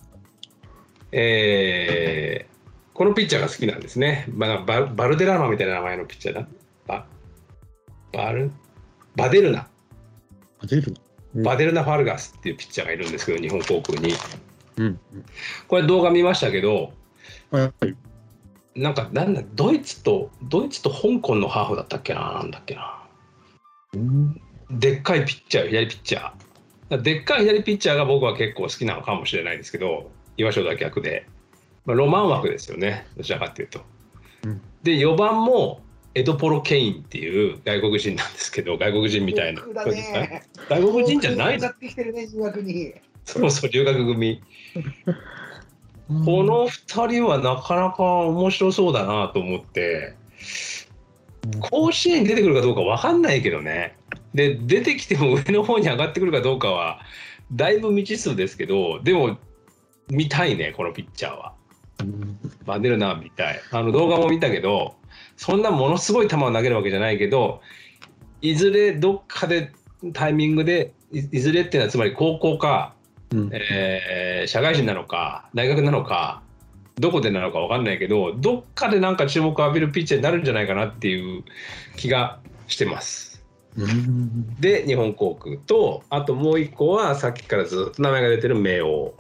このピッチャーが好きなんですね。バルデラマみたいな名前のピッチャーだ。バデルナファルガスっていうピッチャーがいるんですけど、日本航空に。これ動画見ましたけど、なんだドイツと香港のハーフだったっけな、なんだっけな。でっかいピッチャー、左ピッチャー。でっかい左ピッチャーが僕は結構好きなのかもしれないですけど、岩正とは逆で。ロマン枠ですよね、どちらかっていうと。で4番もエドポロ・ケインっていう外国人なんですけど、外国人みたいな。外国人じゃない。そうそう、留学組。この2人はなかなか面白そうだなと思って、甲子園に出てくるかどうか分かんないけどね。で出てきても上の方に上がってくるかどうかはだいぶ未知数ですけど、でも見たいね、このピッチャーは。バデルナみたい。動画も見たけど、そんなものすごい球を投げるわけじゃないけど、いずれどっかでタイミングで いずれっていうのはつまり高校か、社会人なのか大学なのかどこでなのか分かんないけど、どっかでなんか注目を浴びるピッチャーになるんじゃないかなっていう気がしてます。で日本航空と、あともう一個はさっきからずっと名前が出てる明桜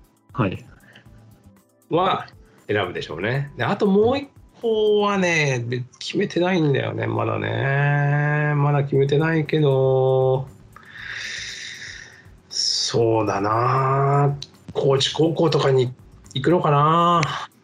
は選ぶでしょうね。であともう一個はね決めてないんだよね、まだ決めてないけど、そうだな、高知高校とかに行くのかな。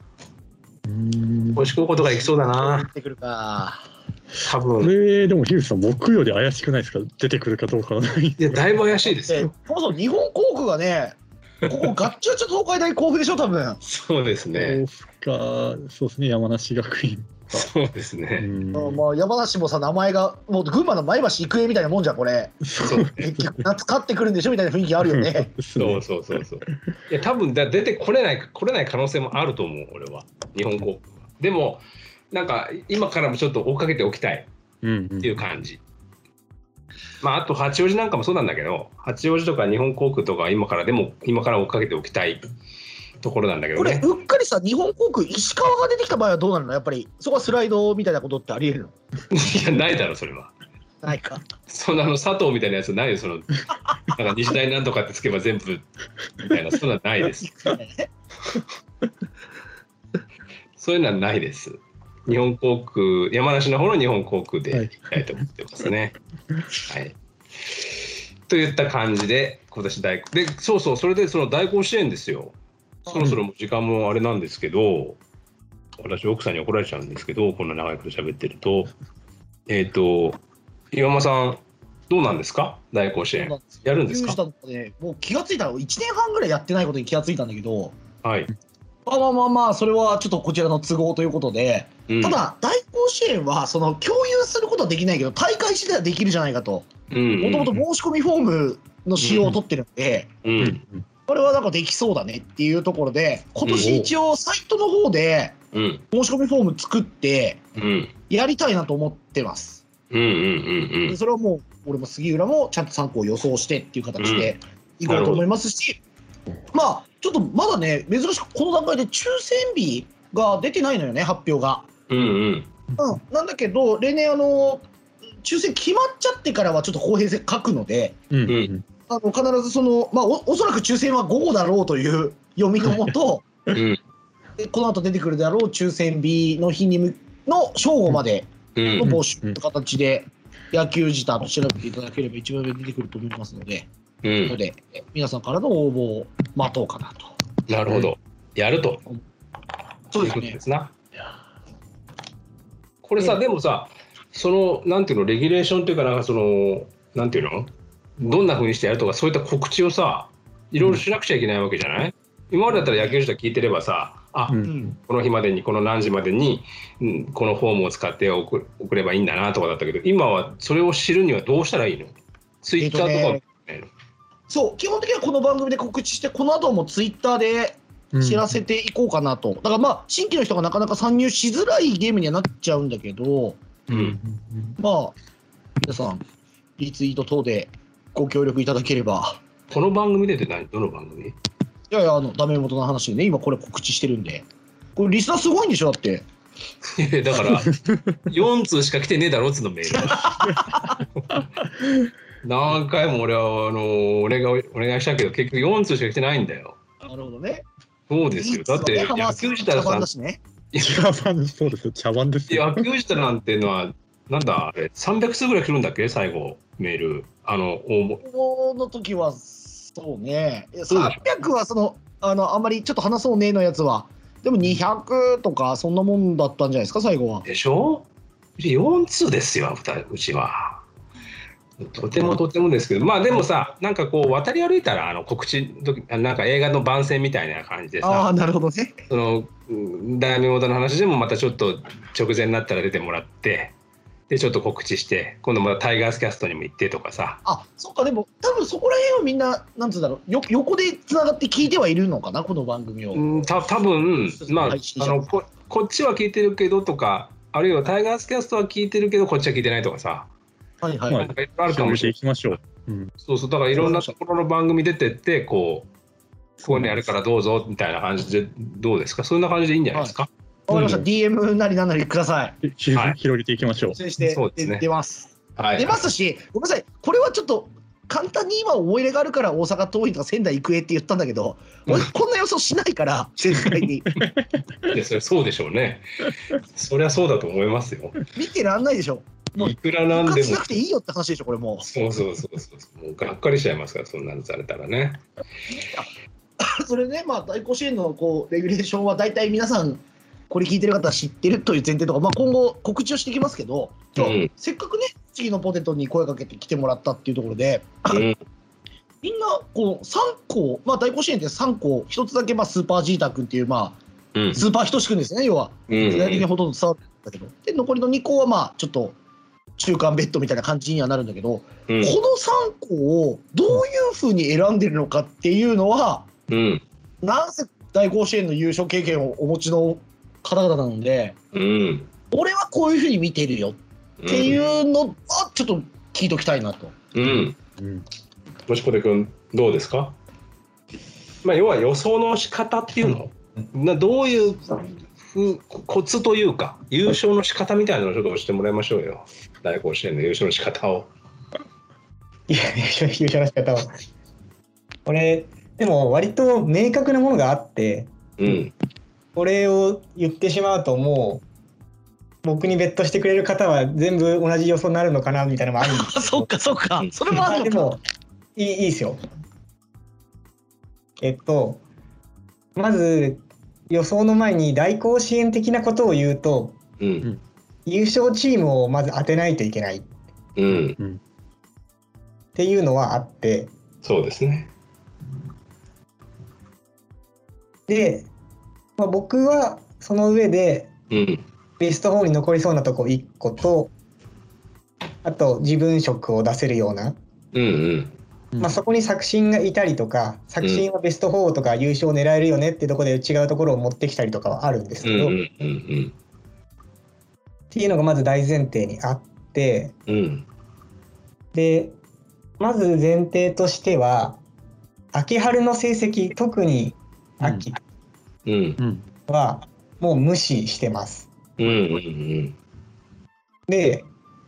高知高校とか行きそうだな。 出てくるか。 多分。 これでも樋口さん、僕より怪しくないですか、出てくるかどうかは。いやだいぶ怪しいですよ。 そう日本航空がね、ここガッチャチャ東海大甲府でしょ多分。 そうですね。 そうですね、山梨学院。 そうですね。 まあ山梨もさ、名前がもう群馬の前橋育英みたいなもんじゃんこれ。結局夏勝ってくるんでしょみたいな雰囲気あるよね。 そう。いや多分出てこれない可能性もあると思う、俺は日本航空は。でもなんか今からもちょっと追っかけておきたいっていう感じ。まああと八王子なんかもそうなんだけど、八王子とか日本航空とか今から追っかけておきたいところなんだけどね。 これうっかりさ、日本航空石川が出てきた場合はどうなるの？やっぱりそこはスライドみたいなことってありえるの？ いやないだろそれは。 ないか。 そんな佐藤みたいなやつないよ。なんか日大なんとかってつけば全部みたいな、そんなのないです。そういうのはないです。日本航空、山梨の方の日本航空でいきたいと思ってますね。はい。といった感じで今年それでその大甲子園ですよ。 そろそろ時間もあれなんですけど、私奥さんに怒られちゃうんですけど、こんな長いこと喋ってると、岩間さんどうなんですか、大甲子園やるんですか？ もう気がついたら1年半ぐらいやってないことに気がついたんだけど、 はい。 まあそれはちょっとこちらの都合ということで、ただ大甲子園はその共有することはできないけど大会自体はできるじゃないかと。もともと申し込みフォームの仕様を取ってるんで、これはなんかできそうだねっていうところで、今年一応サイトの方で申し込みフォーム作ってやりたいなと思ってます。それはもう俺も杉浦もちゃんと3個を予想してっていう形でいこうと思いますし、まあちょっとまだね珍しくこの段階で抽選日が出てないのよね、発表が。なんだけど例年抽選決まっちゃってからはちょっと公平性書くので、必ずそのおそらく抽選は午後だろうという読みのもと、この後出てくるであろう抽選日の日にの正午までの募集という形で野球自体と調べていただければ一番上に出てくると思いますので、ので皆さんからの応募を待とうかなと。 なるほど、やると。 そうですね。 これさ、でもさ、そのなんていうの、レギュレーションっていうか、なんかそのなんていうの、どんな風にしてやるとか、そういった告知をさ、いろいろしなくちゃいけないわけじゃない？今までだったら野球自体聞いてればさ、この日までにこの何時までに、このフォームを使って送ればいいんだなとかだったけど、今はそれを知るにはどうしたらいいの？ツイッターとか、 そう、基本的にはこの番組で告知して、この後もツイッターで知らせていこうかなと。だから新規の人がなかなか参入しづらいゲームにはなっちゃうんだけど、皆さんリツイート等でご協力いただければ。 この番組でってどの番組？ いやダメ元の話でね、今これ告知してるんで。これリスナーすごいんでしょ、だって。 だから4通しか来てねえだろっつうのメール。何回も俺はお願いしたけど結局4通しか来てないんだよ。 なるほどね。 そうですよ。だって野球自体さ、 そうですよ、茶番ですよ。 野球自体なんていうのはなんだあれ、300通ぐらい来るんだっけ、最後メール応募の時は。そうね、300はあんまりちょっと話そうねのやつはでも200とかそんなもんだったんじゃないですか、最後は。 でしょ。4通ですよ、うちは。とてもですけど、でもさ、なんかこう渡り歩いたら告知なんか映画の番宣みたいな感じでさ、 なるほどね。 その大名元の話でもまたちょっと直前になったら出てもらって、でちょっと告知して、今度またタイガースキャストにも行ってとかさ。 そっか。でも多分そこら辺はみんななんつうんだろう、横でつながって聞いてはいるのかな、この番組を。 多分こっちは聞いてるけどとか、あるいはタイガースキャストは聞いてるけどこっちは聞いてないとかさ。 あるかもしれない。 そうだからいろんなところの番組出てってここにあるからどうぞみたいな感じでどうですか？そんな感じでいいんじゃないですか？ わかりました。DM なりなんなりください。 広げていきましょう。 そして出ます。出ますし、ごめんなさい。これはちょっと簡単に今思い入れがあるから大阪桐蔭とか仙台育英って言ったんだけど、俺こんな予想しないから絶対に。 いやそれそうでしょうね。そりゃそうだと思いますよ。 見てらんないでしょ。もういくらなんでもしなくていいよって話でしょ、これもう。 そうもうがっかりしちゃいますから、そんなのされたらね。 それね、大甲子園のレギュレーションは大体皆さんこれ聞いてる方は知ってるという前提とか、今後告知をしていきますけど、せっかくね次のポテトに声かけて来てもらったっていうところで、みんな3校、大甲子園って3校、1つだけスーパージータ君っていうスーパーひとし君ですね、要は世代的にほとんど伝わるんだけど、で残りの2校はちょっと中間ベッドみたいな感じにはなるんだけど、この3校をどういうふうに選んでるのかっていうのは、なんせ大甲子園の優勝経験をお持ちの方々なので、俺はこういうふうに見てるよっていうのをちょっと聞いときたいなと。 もしこれ君どうですか？要は予想の仕方っていうの、どういうコツというか優勝の仕方みたいなのをちょっと教えてもらいましょうよ。大甲子園の優勝の仕方を。 優勝の仕方を。これでも割と明確なものがあって、これを言ってしまうともう僕にベットしてくれる方は全部同じ予想になるのかなみたいなのもあるんですけど。 そっかそれもあるのか。 でもいいですよ。 まず予想の前に大甲子園的なことを言うと、うん、優勝チームをまず当てないといけない、うん、っていうのはあって、 そうですね。 で、僕はその上で、うん、ベスト4に残りそうなとこ1個と、あと自分色を出せるような、うんうん、そこに作新がいたりとか、作新はベスト4とか優勝を狙えるよねってところで違うところを持ってきたりとかはあるんですけど、っていうのがまず大前提にあって、うん、でまず前提としては秋春の成績、特に秋はもう無視してます、うんうんうん、で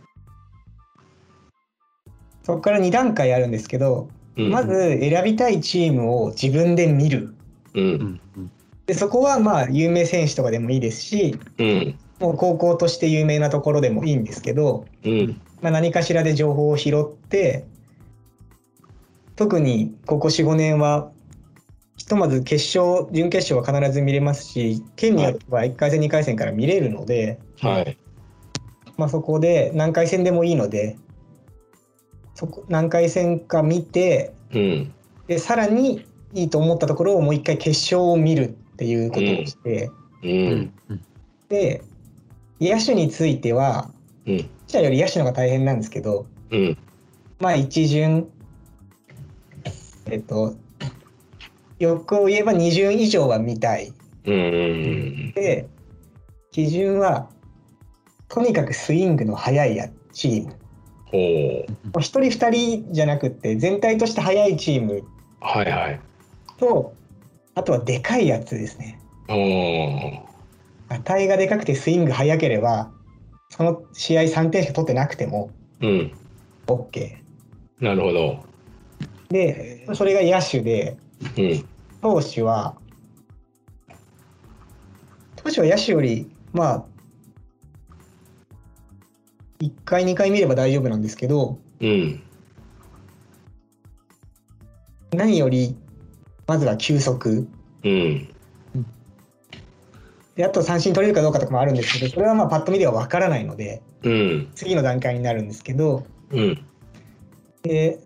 そこから2段階あるんですけど、まず選びたいチームを自分で見る、うん、でそこはまあ有名選手とかでもいいですし、うん、もう高校として有名なところでもいいんですけど、うん何かしらで情報を拾って、特にここ 4,5 年はひとまず決勝準決勝は必ず見れますし、県によっては1回戦2回戦から見れるので、はいそこで何回戦でもいいので何回戦か見て、うん、でさらにいいと思ったところをもう一回決勝を見るっていうことをして、うんうん、で野手については、ピッチャーより野手の方が大変なんですけど、一巡欲を言えば2巡以上は見たい、で基準はとにかくスイングの速いチーム、1人2人じゃなくて全体として速いチームと、はいはい、あとはでかいやつですね。値がでかくてスイング速ければその試合3点しか取ってなくても OK、 なるほど。 でそれが野手で、投手は野手より1回2回見れば大丈夫なんですけど、何よりまずは球速、であと三振取れるかどうかとかもあるんですけど、それはパッと見では分からないので、次の段階になるんですけど、で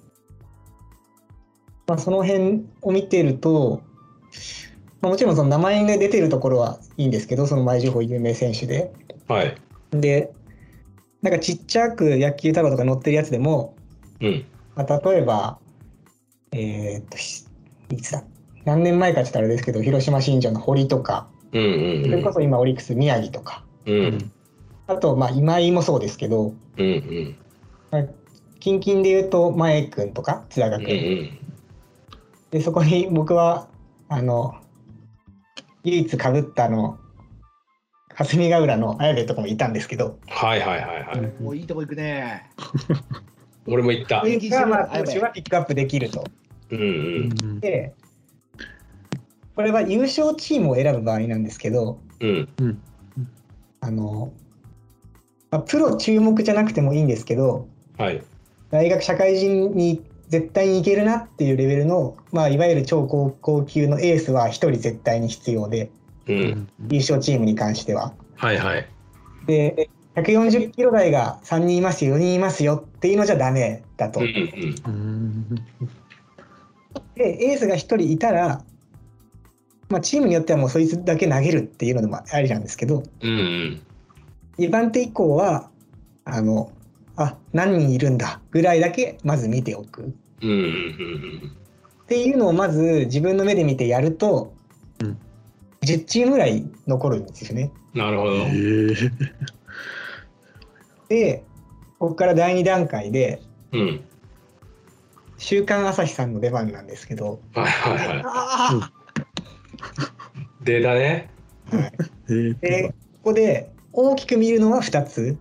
その辺を見てると、もちろんその名前が出てるところはいいんですけど、その前情報有名選手で、でなんかちっちゃく野球太郎とか載ってるやつでも、例えばいつだ何年前かちょっとあれですけど、広島新庄の堀とか、それこそ今オリックス宮城とか、あと今井もそうですけど、近々で言うと前君とか津田君、でそこに僕は唯一かぶった霞ヶ浦の綾部とかもいたんですけど、 もういいとこ行くね。 俺も行った。 投手はピックアップできると。でこれは優勝チームを選ぶ場合なんですけど、プロ注目じゃなくてもいいんですけど、大学社会人に絶対にいけるなっていうレベルの、いわゆる超高校級のエースは1人絶対に必要で、優勝チームに関しては。で140キロ台が3人いますよ4人いますよっていうのじゃダメだと。でエースが1人いたら、チームによってはもうそいつだけ投げるっていうのでもありなんですけど、2番手以降は何人いるんだぐらいだけまず見ておく、っていうのをまず自分の目で見てやると、10チームぐらい残るんですよね。 なるほど。 でここから第2段階で、週刊朝日さんの出番なんですけど、 データね。 でここで大きく見るのは2つ。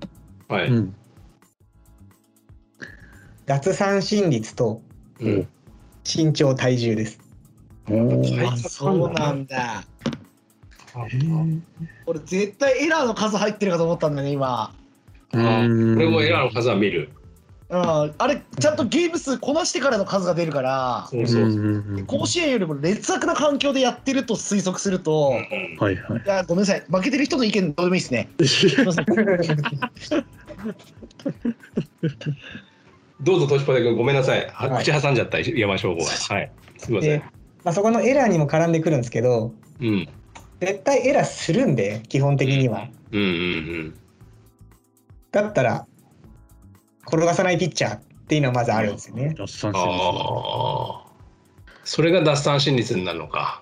奪三振率と身長体重です。 そうなんだ。俺絶対エラーの数入ってるかと思ったんだね今。 俺もエラーの数は見る。 あれちゃんとゲーム数こなしてからの数が出るから、 そうそう甲子園よりも劣悪な環境でやってると推測すると、 はいはい。 いやごめんなさい、負けてる人の意見どうでもいいですね。 どうぞトシパテ君、ごめんなさい、口挟んじゃった山翔吾が。はい、すみません。 そこのエラーにも絡んでくるんですけど、絶対エラーするんで基本的には。だったら転がさないピッチャーっていうのはまずあるんですよね。 それが奪三振率になるのか。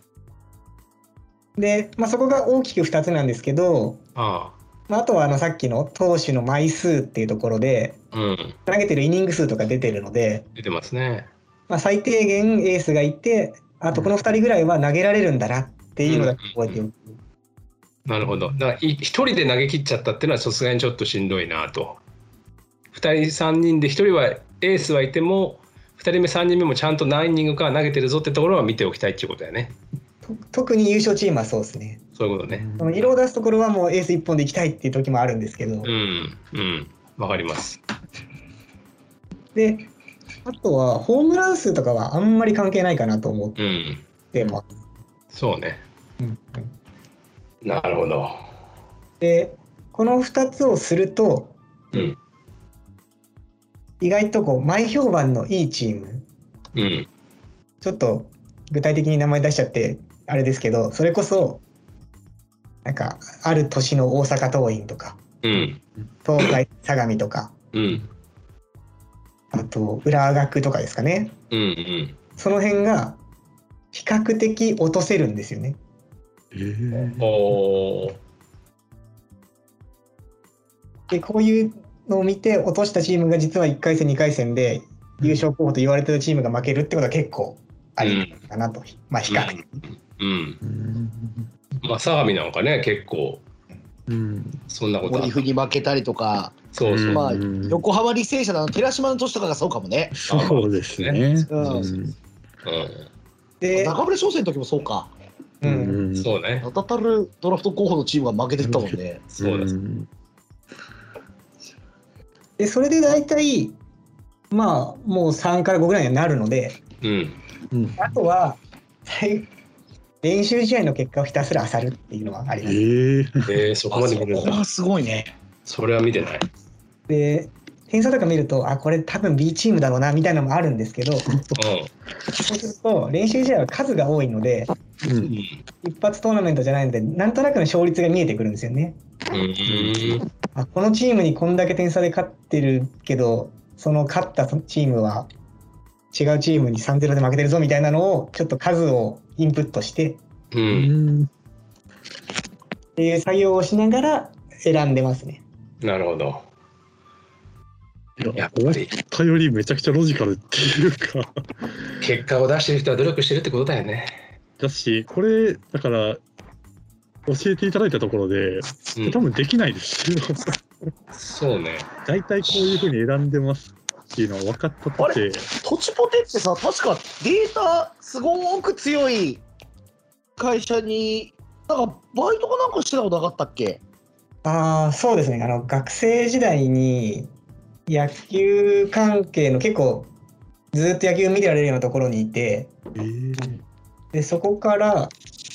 で、そこが大きく2つなんですけど、あとはさっきの投手の枚数っていうところで、投げてるイニング数とか出てるので、 出てますね。 最低限エースがいて、あとこの2人ぐらいは投げられるんだなっていうのだけ覚えておく。 なるほど。だから1人で投げ切っちゃったっていうのはさすがにちょっとしんどいなと。2人3人で1人はエースはいても2人目3人目もちゃんと何イニングか投げてるぞってところは見ておきたいっていうことだよね。 特に優勝チームはそうですね。 そういうことね。 色を出すところはもうエース1本でいきたいっていう時もあるんですけど。 わかります。 で、あとはホームラン数とかはあんまり関係ないかなと思ってます。 そうね。なるほど。 で、この2つをすると、意外と前評判のいいチーム、ちょっと具体的に名前出しちゃってあれですけど、それこそなんかある年の大阪桐蔭とか、東海相模とか、あと浦和学とかですかね、その辺が比較的落とせるんですよね。でこういうのを見て落としたチームが実は1回戦2回戦で優勝候補と言われてるチームが負けるってことは結構ありかなと、比較的。 相模なんかね結構、そんなことモリフに負けたりとか、横浜履正社の寺島の年とかがそうかもね。 そうですね。 で中村商船の時もそうか。 そうね。 名だたるドラフト候補のチームが負けてったもんね。 そうです。 でそれで大体もう3から5ぐらいになるので、あとは練習試合の結果をひたすら漁るっていうのはあります。 そこまで見るんだ。 そこはすごいね。 それは見てない。 で点差とか見るとこれ多分 B チームだろうなみたいなのもあるんですけど、そうすると練習試合は数が多いので、一発トーナメントじゃないのでなんとなくの勝率が見えてくるんですよね。このチームにこんだけ点差で勝ってるけど、その勝ったチームは違うチームに 3-0 で負けてるぞみたいなのをちょっと数をインプットして、っていう作業をしながら選んでますね。 なるほど。 やっぱり頼りめちゃくちゃロジカルっていうか結果を出してる人は努力してるってことだよね。 だしこれだから教えていただいたところで、多分できないですよ。 そうね。 大体こういうふうに選んでますっていうのは分かったとて。 トチポテってさ、確かデータすごく強い会社になんかバイトかなんかしてたことなかったっけ？ そうですね。学生時代に野球関係の結構ずっと野球見てられるようなところにいて、でそこから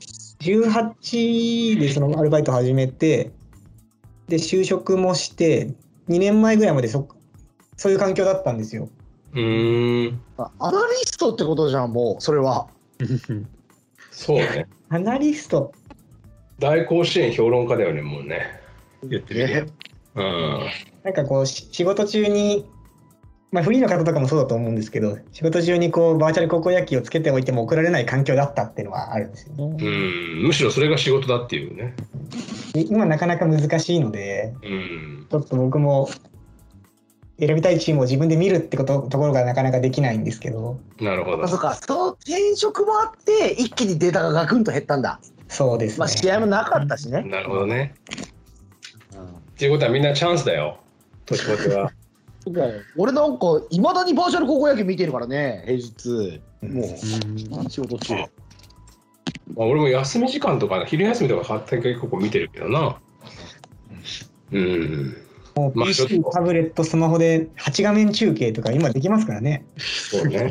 18でそのアルバイト始めて、で就職もして2年前ぐらいまでそういう環境だったんですよ。 アナリストってことじゃん、もうそれは。 そうね。 アナリスト。 大甲子園評論家だよね、もうね。言ってみて。 なんか仕事中に、フリーの方とかもそうだと思うんですけど、仕事中にバーチャル高校野球をつけておいても送られない環境だったっていうのはあるんですよね。 むしろそれが仕事だっていうね。 今なかなか難しいので、ちょっと僕も選びたいチームを自分で見るってところがなかなかできないんですけど。 なるほど。 そうか、転職もあって一気にデータがガクンと減ったんだ。 そうですね。 試合もなかったしね。 なるほどね。っていうことはみんなチャンスだよ、年越しは。 俺なんかいまだにバーチャル高校野球見てるからね、平日もう仕事中。 俺も休み時間とか昼休みとか大会高校見てるけどな。 もう PC、タブレット、スマホで8画面中継とか今できますからね。 そうね。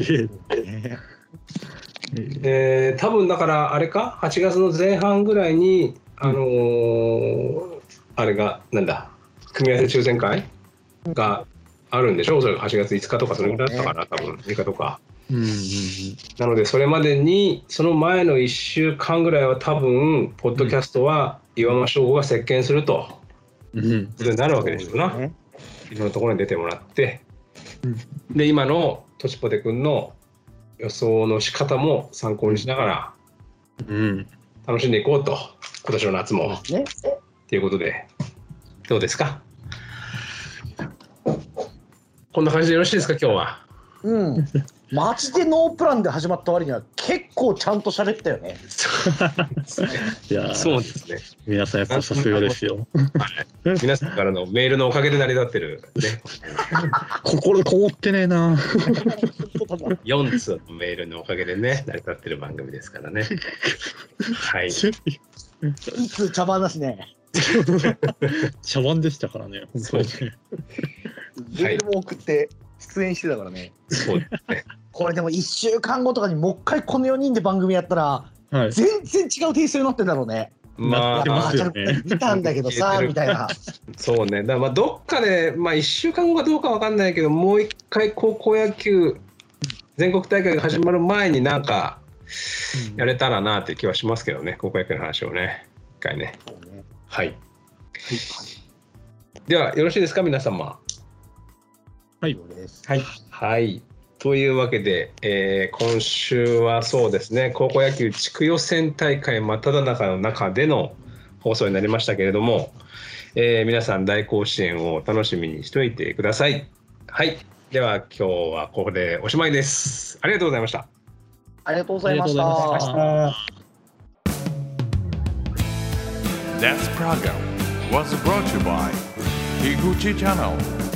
多分だからあれか、8月の前半ぐらいにあれがなんだ、組み合わせ抽選会があるんでしょ。それが8月5日とかそれぐらいだったかな、多分6日とか。なのでそれまでにその前の1週間ぐらいは多分ポッドキャストは岩間翔吾が席巻するとことになるわけですよな。いろんなところに出てもらって、で今のとちぽてくんの予想の仕方も参考にしながら楽しんでいこうと、今年の夏もっていうことで、どうですか。こんな感じでよろしいですか、今日は。 マジでノープランで始まった割には結構ちゃんと喋ったよね。 いやそうですね。 皆さんやっぱさすがですよ。 皆さんからのメールのおかげで成り立ってる、ね、 心こもってねえな。 4通のメールのおかげでね成り立ってる番組ですからね。はい。 いつ茶番だしね。 茶番でしたからね。 そうね。 メールも送って出演してたからね。 そうですね。 これでも1週間後とかにもう一回この4人で番組やったら、全然違うテイストになってんだろうね。 なってますよね。 見たんだけどさみたいな。 そうね。だからまあどっかで1週間後かどうかわかんないけど、もう一回高校野球全国大会が始まる前になんかやれたらなって気はしますけどね。高校野球の話をね、一回ね。はい。ではよろしいですか、皆様。 はい。 はい。というわけで、今週はそうですね、高校野球地区予選大会真っ只中の中での放送になりましたけれども、皆さん大甲子園を楽しみにしておいてください。はい。では今日はここでおしまいです。ありがとうございました。 ありがとうございました。 This program was brought to you by Higuchi Channel.